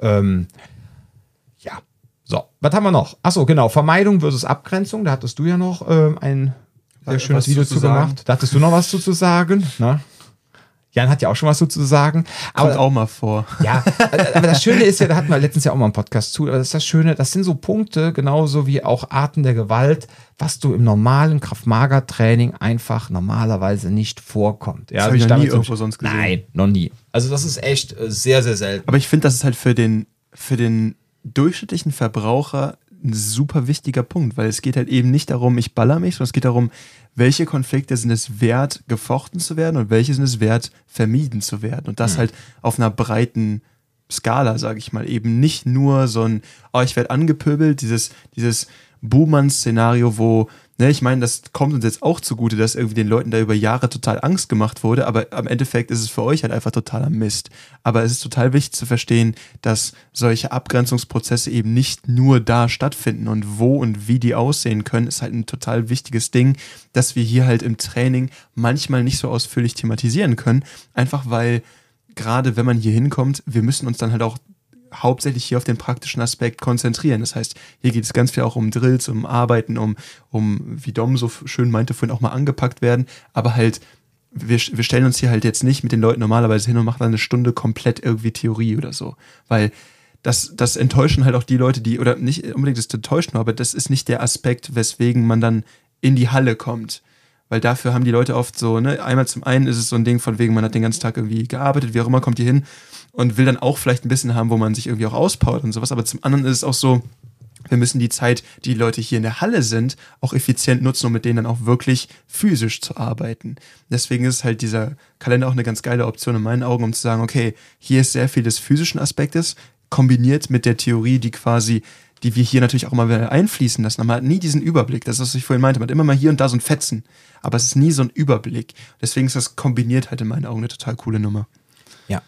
Ja. So, was haben wir noch? Achso, genau, Vermeidung versus Abgrenzung. Da hattest du ja noch ein sehr schönes Video zu gemacht. Da hattest du noch was zu sagen. Na? Jan hat ja auch schon was zu sagen. Kommt auch mal vor. Ja, aber das Schöne ist ja, da hatten wir letztens ja auch mal einen Podcast zu, aber das ist das Schöne, das sind so Punkte, genauso wie auch Arten der Gewalt, was du im normalen Krav-Maga-Training einfach normalerweise nicht vorkommt. Ja, das habe ich noch nie irgendwo sonst gesehen. Nein, noch nie. Also das ist echt sehr, sehr selten. Aber ich finde, das ist halt für den durchschnittlichen Verbraucher ein super wichtiger Punkt, weil es geht halt eben nicht darum, ich baller mich, sondern es geht darum, welche Konflikte sind es wert, gefochten zu werden und welche sind es wert, vermieden zu werden. Und das halt auf einer breiten Skala, sage ich mal, eben nicht nur so ein, ich werde angepöbelt, dieses Buhmann-Szenario, wo, ich meine, das kommt uns jetzt auch zugute, dass irgendwie den Leuten da über Jahre total Angst gemacht wurde, aber am Endeffekt ist es für euch halt einfach totaler Mist. Aber es ist total wichtig zu verstehen, dass solche Abgrenzungsprozesse eben nicht nur da stattfinden und wo und wie die aussehen können, ist halt ein total wichtiges Ding, dass wir hier halt im Training manchmal nicht so ausführlich thematisieren können, einfach weil gerade wenn man hier hinkommt, wir müssen uns dann halt auch hauptsächlich hier auf den praktischen Aspekt konzentrieren. Das heißt, hier geht es ganz viel auch um Drills, um Arbeiten, um wie Dom so schön meinte, vorhin auch mal angepackt werden, aber halt, wir stellen uns hier halt jetzt nicht mit den Leuten normalerweise hin und machen dann eine Stunde komplett irgendwie Theorie oder so, weil das enttäuschen halt auch die Leute, oder nicht unbedingt das Enttäuschen, aber das ist nicht der Aspekt, weswegen man dann in die Halle kommt. Weil dafür haben die Leute oft so, einmal zum einen ist es so ein Ding von wegen, man hat den ganzen Tag irgendwie gearbeitet, wie auch immer, kommt hier hin und will dann auch vielleicht ein bisschen haben, wo man sich irgendwie auch auspowert und sowas. Aber zum anderen ist es auch so, wir müssen die Zeit, die Leute hier in der Halle sind, auch effizient nutzen, um mit denen dann auch wirklich physisch zu arbeiten. Deswegen ist halt dieser Kalender auch eine ganz geile Option in meinen Augen, um zu sagen, okay, hier ist sehr viel des physischen Aspektes, kombiniert mit der Theorie, die wir hier natürlich auch immer wieder einfließen lassen. Aber man hat nie diesen Überblick. Das ist, was ich vorhin meinte. Man hat immer mal hier und da so ein Fetzen. Aber es ist nie so ein Überblick. Deswegen ist das kombiniert halt in meinen Augen eine total coole Nummer. Ja.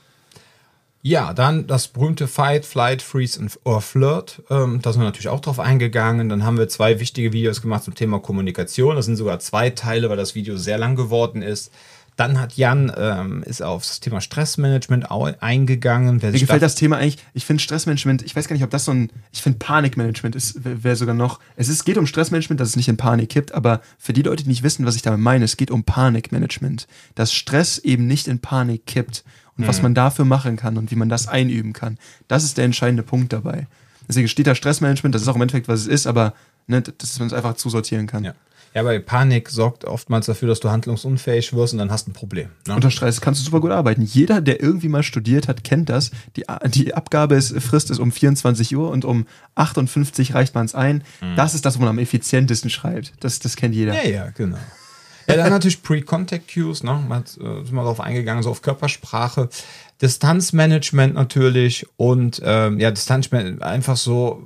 Ja, dann das berühmte Fight, Flight, Freeze or Flirt. Da sind wir natürlich auch drauf eingegangen. Dann haben wir 2 wichtige Videos gemacht zum Thema Kommunikation. Das sind sogar 2 Teile, weil das Video sehr lang geworden ist. Dann hat Jan ist auf das Thema Stressmanagement eingegangen. Mir gefällt das Thema eigentlich, ich finde Stressmanagement, ich weiß gar nicht, ob das ich finde Panikmanagement wäre sogar noch, geht um Stressmanagement, dass es nicht in Panik kippt, aber für die Leute, die nicht wissen, was ich damit meine, es geht um Panikmanagement. Dass Stress eben nicht in Panik kippt und was man dafür machen kann und wie man das einüben kann. Das ist der entscheidende Punkt dabei. Deswegen steht da Stressmanagement, das ist auch im Endeffekt, was es ist, aber dass man es einfach zusortieren kann. Ja. Ja, weil Panik sorgt oftmals dafür, dass du handlungsunfähig wirst und dann hast du ein Problem. Ne? Unter Stress kannst du super gut arbeiten. Jeder, der irgendwie mal studiert hat, kennt das. Die Frist ist um 24 Uhr und um 58 reicht man es ein. Das ist das, wo man am effizientesten schreibt. Das kennt jeder. Ja, genau. Ja, dann natürlich Pre-Contact Cues, ne? Sind wir darauf eingegangen, so auf Körpersprache. Distanzmanagement natürlich und Distanzmanagement einfach so,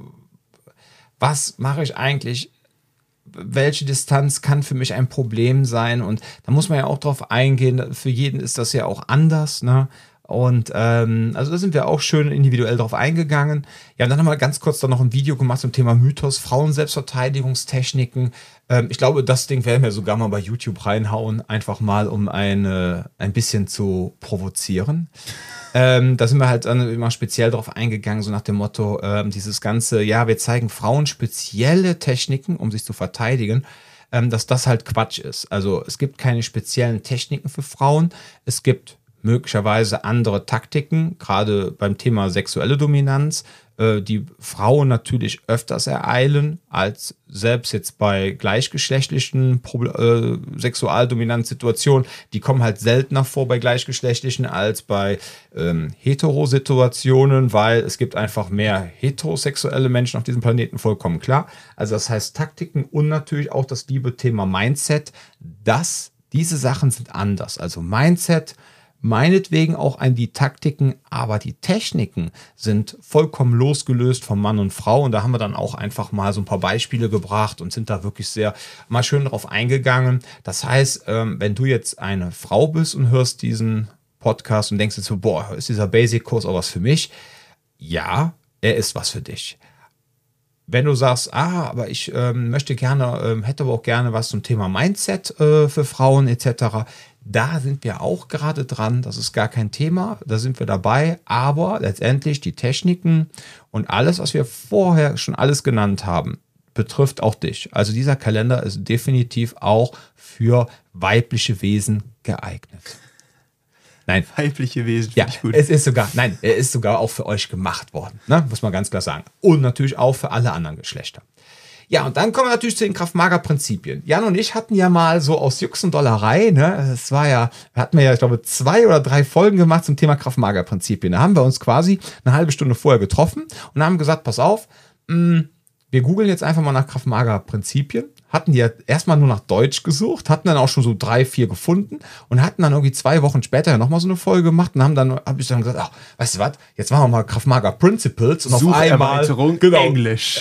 was mache ich eigentlich? Welche Distanz kann für mich ein Problem sein? Und da muss man ja auch drauf eingehen, für jeden ist das ja auch anders, ne? Und also da sind wir auch schön individuell drauf eingegangen. Ja, und dann haben wir ganz kurz dann noch ein Video gemacht zum Thema Mythos, Frauen-Selbstverteidigungstechniken. Ich glaube, das Ding werden wir sogar mal bei YouTube reinhauen, einfach mal, um ein bisschen zu provozieren. Da sind wir halt dann immer speziell drauf eingegangen, so nach dem Motto, dieses ganze, wir zeigen Frauen spezielle Techniken, um sich zu verteidigen, dass das halt Quatsch ist. Also es gibt keine speziellen Techniken für Frauen, es gibt möglicherweise andere Taktiken, gerade beim Thema sexuelle Dominanz, die Frauen natürlich öfters ereilen, als selbst jetzt bei gleichgeschlechtlichen Sexualdominanzsituationen. Die kommen halt seltener vor bei gleichgeschlechtlichen als bei Heterosituationen, weil es gibt einfach mehr heterosexuelle Menschen auf diesem Planeten, vollkommen klar. Also das heißt Taktiken und natürlich auch das liebe Thema Mindset, diese Sachen sind anders. Also Mindset, meinetwegen auch an die Taktiken, aber die Techniken sind vollkommen losgelöst von Mann und Frau. Und da haben wir dann auch einfach mal so ein paar Beispiele gebracht und sind da wirklich sehr mal schön drauf eingegangen. Das heißt, wenn du jetzt eine Frau bist und hörst diesen Podcast und denkst jetzt so, boah, ist dieser Basic-Kurs auch was für mich? Ja, er ist was für dich. Wenn du sagst, aber ich möchte gerne, hätte aber auch gerne was zum Thema Mindset für Frauen etc., da sind wir auch gerade dran, das ist gar kein Thema, da sind wir dabei, aber letztendlich die Techniken und alles, was wir vorher schon alles genannt haben, betrifft auch dich. Also dieser Kalender ist definitiv auch für weibliche Wesen geeignet. Nein. Weibliche Wesen, ja, ich gut. Er ist sogar auch für euch gemacht worden, ne? Muss man ganz klar sagen. Und natürlich auch für alle anderen Geschlechter. Ja, und dann kommen wir natürlich zu den Krav-Maga-Prinzipien. Jan und ich hatten ja mal so aus Jux und Dollerei, ne, das war ja, hatten wir ja, ich glaube, 2 oder 3 Folgen gemacht zum Thema Krav-Maga-Prinzipien. Da haben wir uns quasi eine halbe Stunde vorher getroffen und haben gesagt, pass auf, wir googeln jetzt einfach mal nach Krav-Maga-Prinzipien. Hatten die ja erstmal nur nach Deutsch gesucht, hatten dann auch schon so 3, 4 gefunden und hatten dann irgendwie 2 Wochen später ja nochmal so eine Folge gemacht und habe ich dann gesagt, weißt du was, jetzt machen wir mal Krav-Maga Principles und auf einmal Englisch,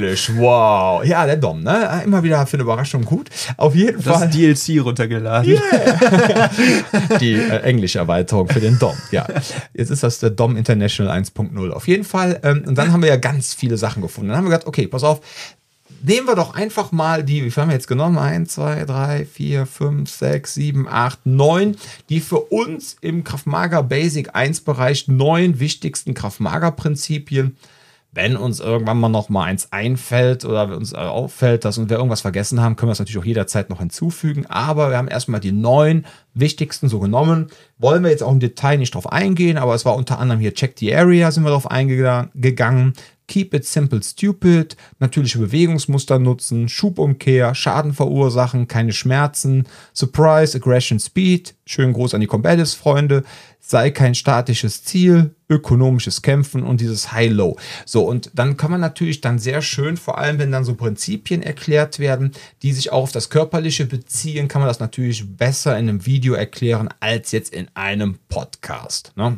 wow. Ja, der Dom, ne? Immer wieder für eine Überraschung gut. Auf jeden Fall. Das DLC runtergeladen. Yeah. Die Englisch-Erweiterung für den Dom, ja. Jetzt ist das der Dom International 1.0. Auf jeden Fall. Und dann haben wir ja ganz viele Sachen gefunden. Dann haben wir gesagt, okay, pass auf, nehmen wir doch einfach mal wie viel haben wir jetzt genommen? 1, 2, 3, 4, 5, 6, 7, 8, 9, die für uns im Krav-Maga Basic 1 Bereich 9 wichtigsten Krav-Maga Prinzipien. Wenn uns irgendwann mal noch mal eins einfällt oder uns auffällt, dass wir irgendwas vergessen haben, können wir es natürlich auch jederzeit noch hinzufügen. Aber wir haben erstmal die 9 wichtigsten so genommen. Wollen wir jetzt auch im Detail nicht drauf eingehen, aber es war unter anderem hier Check the Area, sind wir drauf eingegangen. Keep it simple, stupid, natürliche Bewegungsmuster nutzen, Schubumkehr, Schaden verursachen, keine Schmerzen, Surprise, Aggression, Speed, schönen Gruß an die Combatis-Freunde, sei kein statisches Ziel, ökonomisches Kämpfen und dieses High-Low. So, und dann kann man natürlich dann sehr schön, vor allem wenn dann so Prinzipien erklärt werden, die sich auch auf das Körperliche beziehen, kann man das natürlich besser in einem Video erklären, als jetzt in einem Podcast. Ne?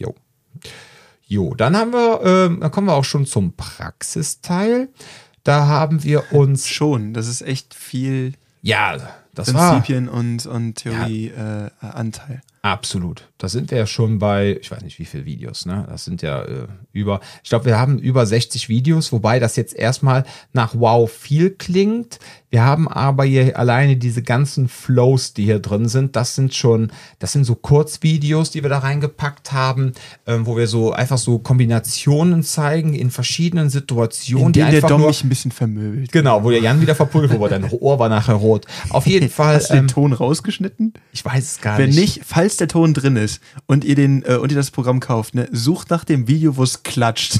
Jo, dann dann kommen wir auch schon zum Praxisteil. Da haben wir uns das ist echt viel das Prinzipien und Theorie Anteil. Absolut. Da sind wir ja schon bei, ich weiß nicht wie viele Videos, ne? Das sind ja ich glaube, wir haben über 60 Videos, wobei das jetzt erstmal nach wow viel klingt. Wir haben aber hier alleine diese ganzen Flows, die hier drin sind, das sind so Kurzvideos, die wir da reingepackt haben, wo wir so einfach so Kombinationen zeigen in verschiedenen Situationen. In denen die einfach der Dom mich ein bisschen vermöbelt. Genau, wo der Jan wieder verprügelt wurde, dein Ohr war nachher rot. Auf jeden Fall. Hast du den Ton rausgeschnitten? Ich weiß es gar nicht. Wenn nicht, falls der Ton drin ist und ihr das Programm kauft, ne, sucht nach dem Video, wo es klatscht.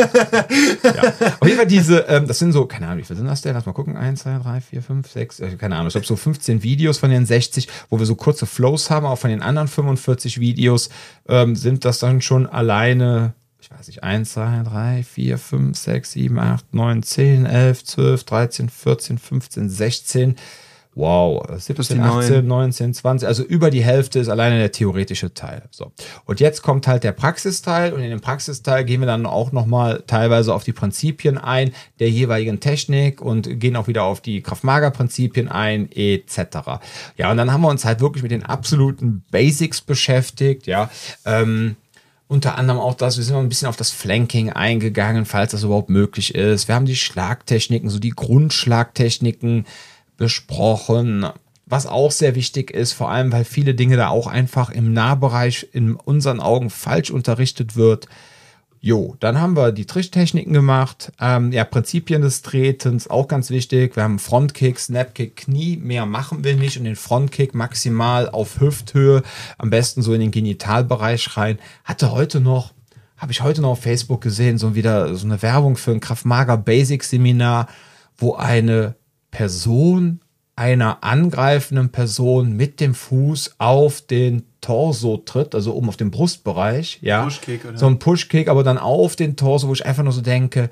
Ja. Auf jeden Fall das sind so, keine Ahnung, wie viel sind das denn? Lass mal gucken, 1, 2, 3, 4, 5, 6, keine Ahnung, ich glaube so 15 Videos von den 60, wo wir so kurze Flows haben, auch von den anderen 45 Videos sind das dann schon alleine, ich weiß nicht, 1, 2, 3, 4, 5, 6, 7, 8, 9, 10, 11, 12, 13, 14, 15, 16, wow, 17, 18, 19, 20, also über die Hälfte ist alleine der theoretische Teil. So. Und jetzt kommt halt der Praxisteil und in dem Praxisteil gehen wir dann auch nochmal teilweise auf die Prinzipien ein, der jeweiligen Technik und gehen auch wieder auf die Krav-Maga-Prinzipien ein, etc. Ja, und dann haben wir uns halt wirklich mit den absoluten Basics beschäftigt, ja, unter anderem auch wir sind ein bisschen auf das Flanking eingegangen, falls das überhaupt möglich ist. Wir haben die Schlagtechniken, so die Grundschlagtechniken besprochen, was auch sehr wichtig ist, vor allem, weil viele Dinge da auch einfach im Nahbereich in unseren Augen falsch unterrichtet wird. Jo, dann haben wir die Tricktechniken gemacht, Prinzipien des Tretens, auch ganz wichtig. Wir haben Frontkick, Snapkick, Knie, mehr machen wir nicht und den Frontkick maximal auf Hüfthöhe, am besten so in den Genitalbereich rein. Hatte heute noch habe ich heute noch auf Facebook gesehen, so wieder so eine Werbung für ein Krav Maga Basic Seminar, wo eine Person einer angreifenden Person mit dem Fuß auf den Torso tritt, also oben auf den Brustbereich, ja. Pushkick, oder? So ein Pushkick, aber dann auf den Torso, wo ich einfach nur so denke,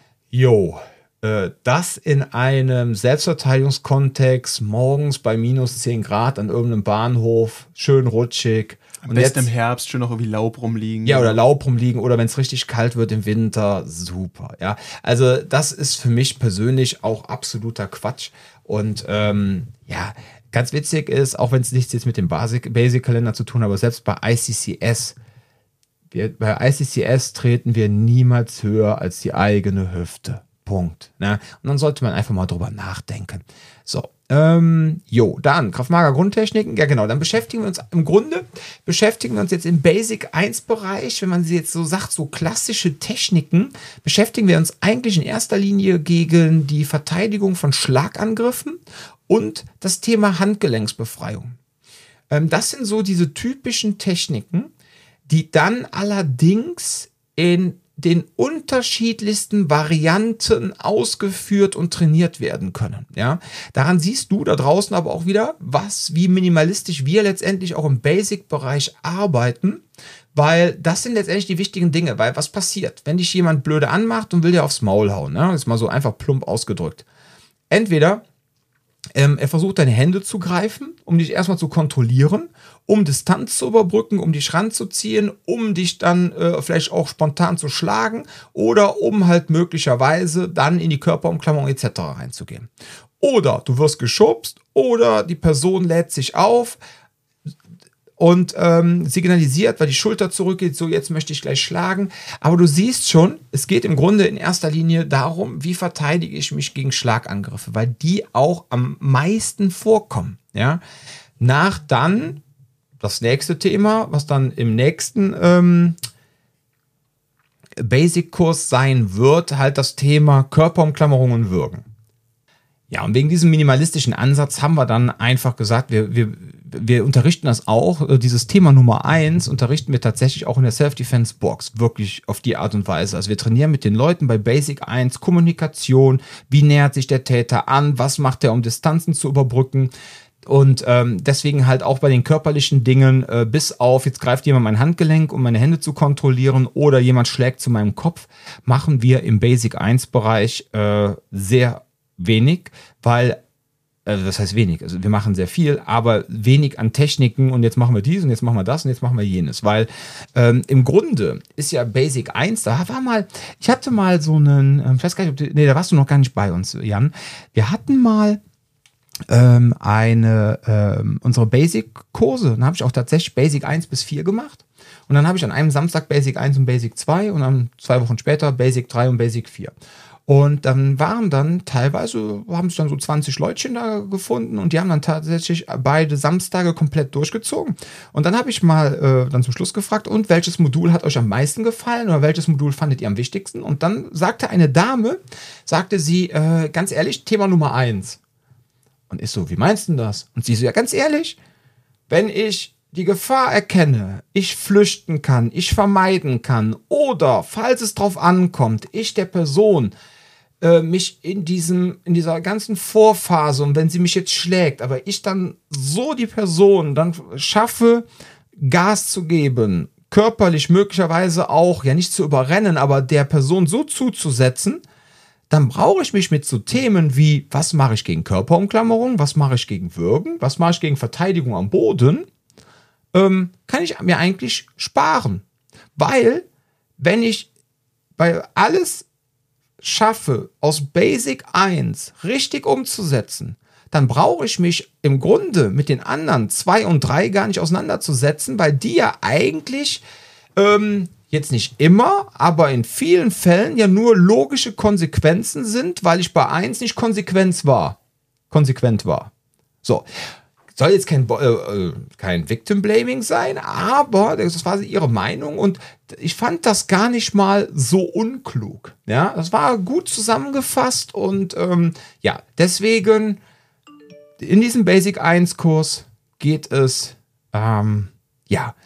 das in einem Selbstverteidigungskontext morgens bei minus 10 Grad an irgendeinem Bahnhof, schön rutschig. Am besten im Herbst schön noch irgendwie Laub rumliegen. Ja, oder Laub rumliegen oder wenn es richtig kalt wird im Winter, super. Ja, also das ist für mich persönlich auch absoluter Quatsch. Und ganz witzig ist, auch wenn es nichts jetzt mit dem Basic-Kalender zu tun hat, aber selbst bei ICCS, bei ICCS treten wir niemals höher als die eigene Hüfte. Punkt. Ne? Und dann sollte man einfach mal drüber nachdenken. So, dann Krav Maga Grundtechniken. Ja, genau. Dann beschäftigen wir uns jetzt im Basic 1 Bereich, wenn man sie jetzt so sagt, so klassische Techniken, beschäftigen wir uns eigentlich in erster Linie gegen die Verteidigung von Schlagangriffen und das Thema Handgelenksbefreiung. Das sind so diese typischen Techniken, die dann allerdings in den unterschiedlichsten Varianten ausgeführt und trainiert werden können. Ja? Daran siehst du da draußen aber auch wieder, wie minimalistisch wir letztendlich auch im Basic-Bereich arbeiten, weil das sind letztendlich die wichtigen Dinge, weil was passiert, wenn dich jemand blöde anmacht und will dir aufs Maul hauen, ne? Das ist mal so einfach plump ausgedrückt. Entweder er versucht, deine Hände zu greifen, um dich erstmal zu kontrollieren, um Distanz zu überbrücken, um dich ranzuziehen, um dich dann vielleicht auch spontan zu schlagen oder um halt möglicherweise dann in die Körperumklammerung etc. reinzugehen. Oder du wirst geschubst oder die Person lädt sich auf und signalisiert, weil die Schulter zurückgeht, so jetzt möchte ich gleich schlagen. Aber du siehst schon, es geht im Grunde in erster Linie darum, wie verteidige ich mich gegen Schlagangriffe, weil die auch am meisten vorkommen. Ja? Nach dann das nächste Thema, was dann im nächsten Basic-Kurs sein wird, halt das Thema Körperumklammerung und Würgen. Ja, und wegen diesem minimalistischen Ansatz haben wir dann einfach gesagt, wir unterrichten das auch. Dieses Thema Nummer 1 unterrichten wir tatsächlich auch in der Self-Defense-Box. Wirklich auf die Art und Weise. Also wir trainieren mit den Leuten bei Basic 1 Kommunikation. Wie nähert sich der Täter an? Was macht er, um Distanzen zu überbrücken? Und deswegen halt auch bei den körperlichen Dingen, bis auf, jetzt greift jemand mein Handgelenk, um meine Hände zu kontrollieren oder jemand schlägt zu meinem Kopf, machen wir im Basic 1 Bereich sehr wenig, weil, das heißt wenig, also wir machen sehr viel, aber wenig an Techniken und jetzt machen wir dies und jetzt machen wir das und jetzt machen wir jenes, weil im Grunde ist ja Basic 1, ich hatte mal so einen, ich weiß gar nicht, da warst du noch gar nicht bei uns, Jan, wir hatten mal unsere Basic-Kurse, dann habe ich auch tatsächlich Basic 1 bis 4 gemacht und dann habe ich an einem Samstag Basic 1 und Basic 2 und dann 2 Wochen später Basic 3 und Basic 4. Und dann haben sich dann so 20 Leutchen da gefunden und die haben dann tatsächlich beide Samstage komplett durchgezogen. Und dann habe ich mal dann zum Schluss gefragt, und welches Modul hat euch am meisten gefallen oder welches Modul fandet ihr am wichtigsten? Und dann sagte eine Dame, ganz ehrlich, Thema Nummer 1. Und ich so, wie meinst du denn das? Und sie so, ja, ganz ehrlich, wenn ich die Gefahr erkenne, ich flüchten kann, ich vermeiden kann oder, falls es drauf ankommt, ich der Person mich in dieser ganzen Vorphase, und wenn sie mich jetzt schlägt, aber ich dann so die Person dann schaffe, Gas zu geben, körperlich möglicherweise auch, ja nicht zu überrennen, aber der Person so zuzusetzen, dann brauche ich mich mit so Themen wie, was mache ich gegen Körperumklammerung, was mache ich gegen Würgen, was mache ich gegen Verteidigung am Boden, kann ich mir eigentlich sparen. Weil, wenn ich bei alles schaffe, aus Basic 1 richtig umzusetzen, dann brauche ich mich im Grunde mit den anderen 2 und 3 gar nicht auseinanderzusetzen, weil die ja eigentlich jetzt nicht immer, aber in vielen Fällen ja nur logische Konsequenzen sind, weil ich bei 1 nicht konsequent war. So. Soll jetzt kein Victim-Blaming sein, aber das war ihre Meinung und ich fand das gar nicht mal so unklug. Ja, das war gut zusammengefasst und deswegen in diesem Basic 1 Kurs geht es,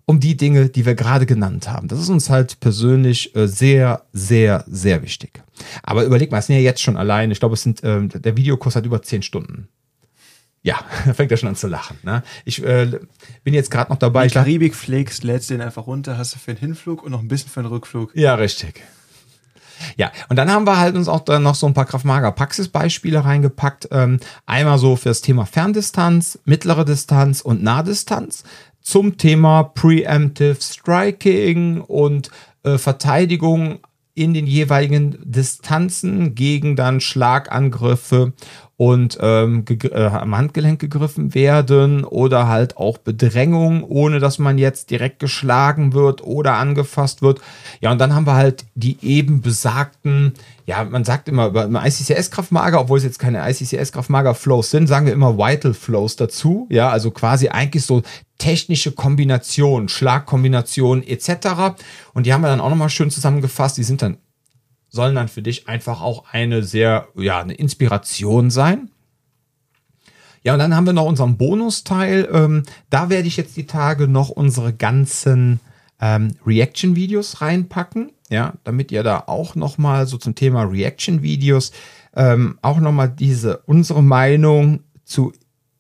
um die Dinge, die wir gerade genannt haben. Das ist uns halt persönlich sehr, sehr, sehr wichtig. Aber überleg mal, es sind ja jetzt schon allein, ich glaube, der Videokurs hat über 10 Stunden. Ja, da fängt er schon an zu lachen. Ne? Ich bin jetzt gerade noch dabei. Die Karibik pflegst, lädst den einfach runter, hast du für den Hinflug und noch ein bisschen für den Rückflug. Ja, richtig. Ja, und dann haben wir halt uns auch dann noch so ein paar Krav-Maga-Praxisbeispiele reingepackt. Einmal so für das Thema Ferndistanz, mittlere Distanz und Nahdistanz zum Thema Preemptive Striking und Verteidigung in den jeweiligen Distanzen gegen dann Schlagangriffe und am Handgelenk gegriffen werden oder halt auch Bedrängung, ohne dass man jetzt direkt geschlagen wird oder angefasst wird. Ja, und dann haben wir halt die eben besagten, ja, man sagt immer über ICCS-Krav-Maga, obwohl es jetzt keine ICCS-Krav-Maga-Flows sind, sagen wir immer Vital Flows dazu. Ja, also quasi eigentlich so technische Kombinationen, Schlagkombinationen etc. Und die haben wir dann auch nochmal schön zusammengefasst. Die sollen dann für dich einfach auch eine Inspiration sein. Ja, und dann haben wir noch unseren Bonusteil. Da werde ich jetzt die Tage noch unsere ganzen Reaction-Videos reinpacken. Ja, damit ihr da auch nochmal so zum Thema Reaction-Videos auch nochmal unsere Meinung zu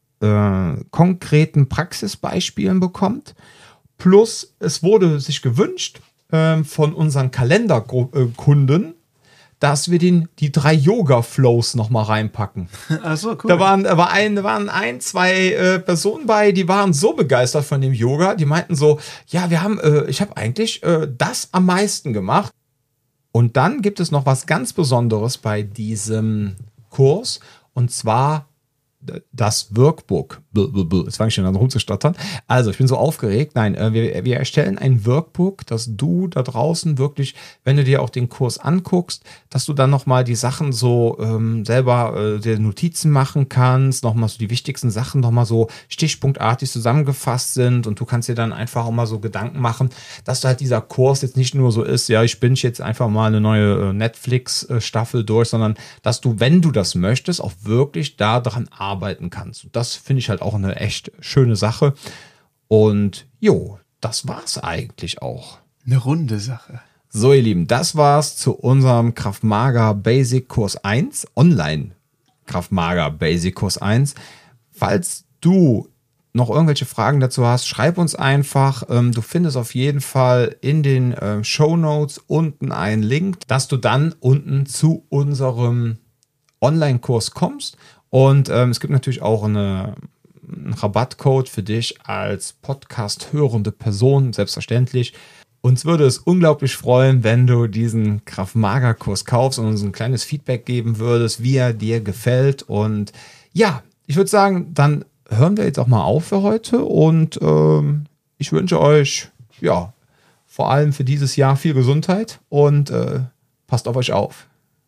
konkreten Praxisbeispielen bekommt. Plus, es wurde sich gewünscht von unseren Kalenderkunden, dass wir die 3 Yoga-Flows nochmal reinpacken. Ach so, cool. Da waren zwei Personen bei, die waren so begeistert von dem Yoga, die meinten so, ja, ich habe eigentlich das am meisten gemacht. Und dann gibt es noch was ganz Besonderes bei diesem Kurs, und zwar das Workbook. Jetzt fange ich schon an rumzustottern. Also, ich bin so aufgeregt. Nein, wir erstellen ein Workbook, dass du da draußen wirklich, wenn du dir auch den Kurs anguckst, dass du dann nochmal die Sachen so selber dir Notizen machen kannst, nochmal so die wichtigsten Sachen nochmal so stichpunktartig zusammengefasst sind, und du kannst dir dann einfach auch mal so Gedanken machen, dass halt dieser Kurs jetzt nicht nur so ist, ja, ich binge jetzt einfach mal eine neue Netflix-Staffel durch, sondern dass du, wenn du das möchtest, auch wirklich daran arbeiten kannst. Und das finde ich halt auch eine echt schöne Sache. Und das war's eigentlich auch. Eine runde Sache. So, ihr Lieben, das war's zu unserem Krav-Maga Basic Kurs 1, Online Krav-Maga Basic Kurs 1. Falls du noch irgendwelche Fragen dazu hast, schreib uns einfach. Du findest auf jeden Fall in den Shownotes unten einen Link, dass du dann unten zu unserem Online-Kurs kommst. Und es gibt natürlich auch einen Rabattcode für dich als Podcast-hörende Person, selbstverständlich. Uns würde es unglaublich freuen, wenn du diesen Krav-Maga-Kurs kaufst und uns ein kleines Feedback geben würdest, wie er dir gefällt. Und ja, ich würde sagen, dann hören wir jetzt auch mal auf für heute. Und ich wünsche euch, vor allem für dieses Jahr viel Gesundheit und passt auf euch auf.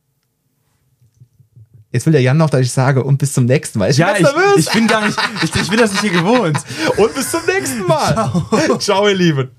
Jetzt will der Jan noch, dass ich sage, und bis zum nächsten Mal. Ich bin ganz nervös. Ich bin das nicht hier gewohnt. Und bis zum nächsten Mal. Ciao, ihr Lieben.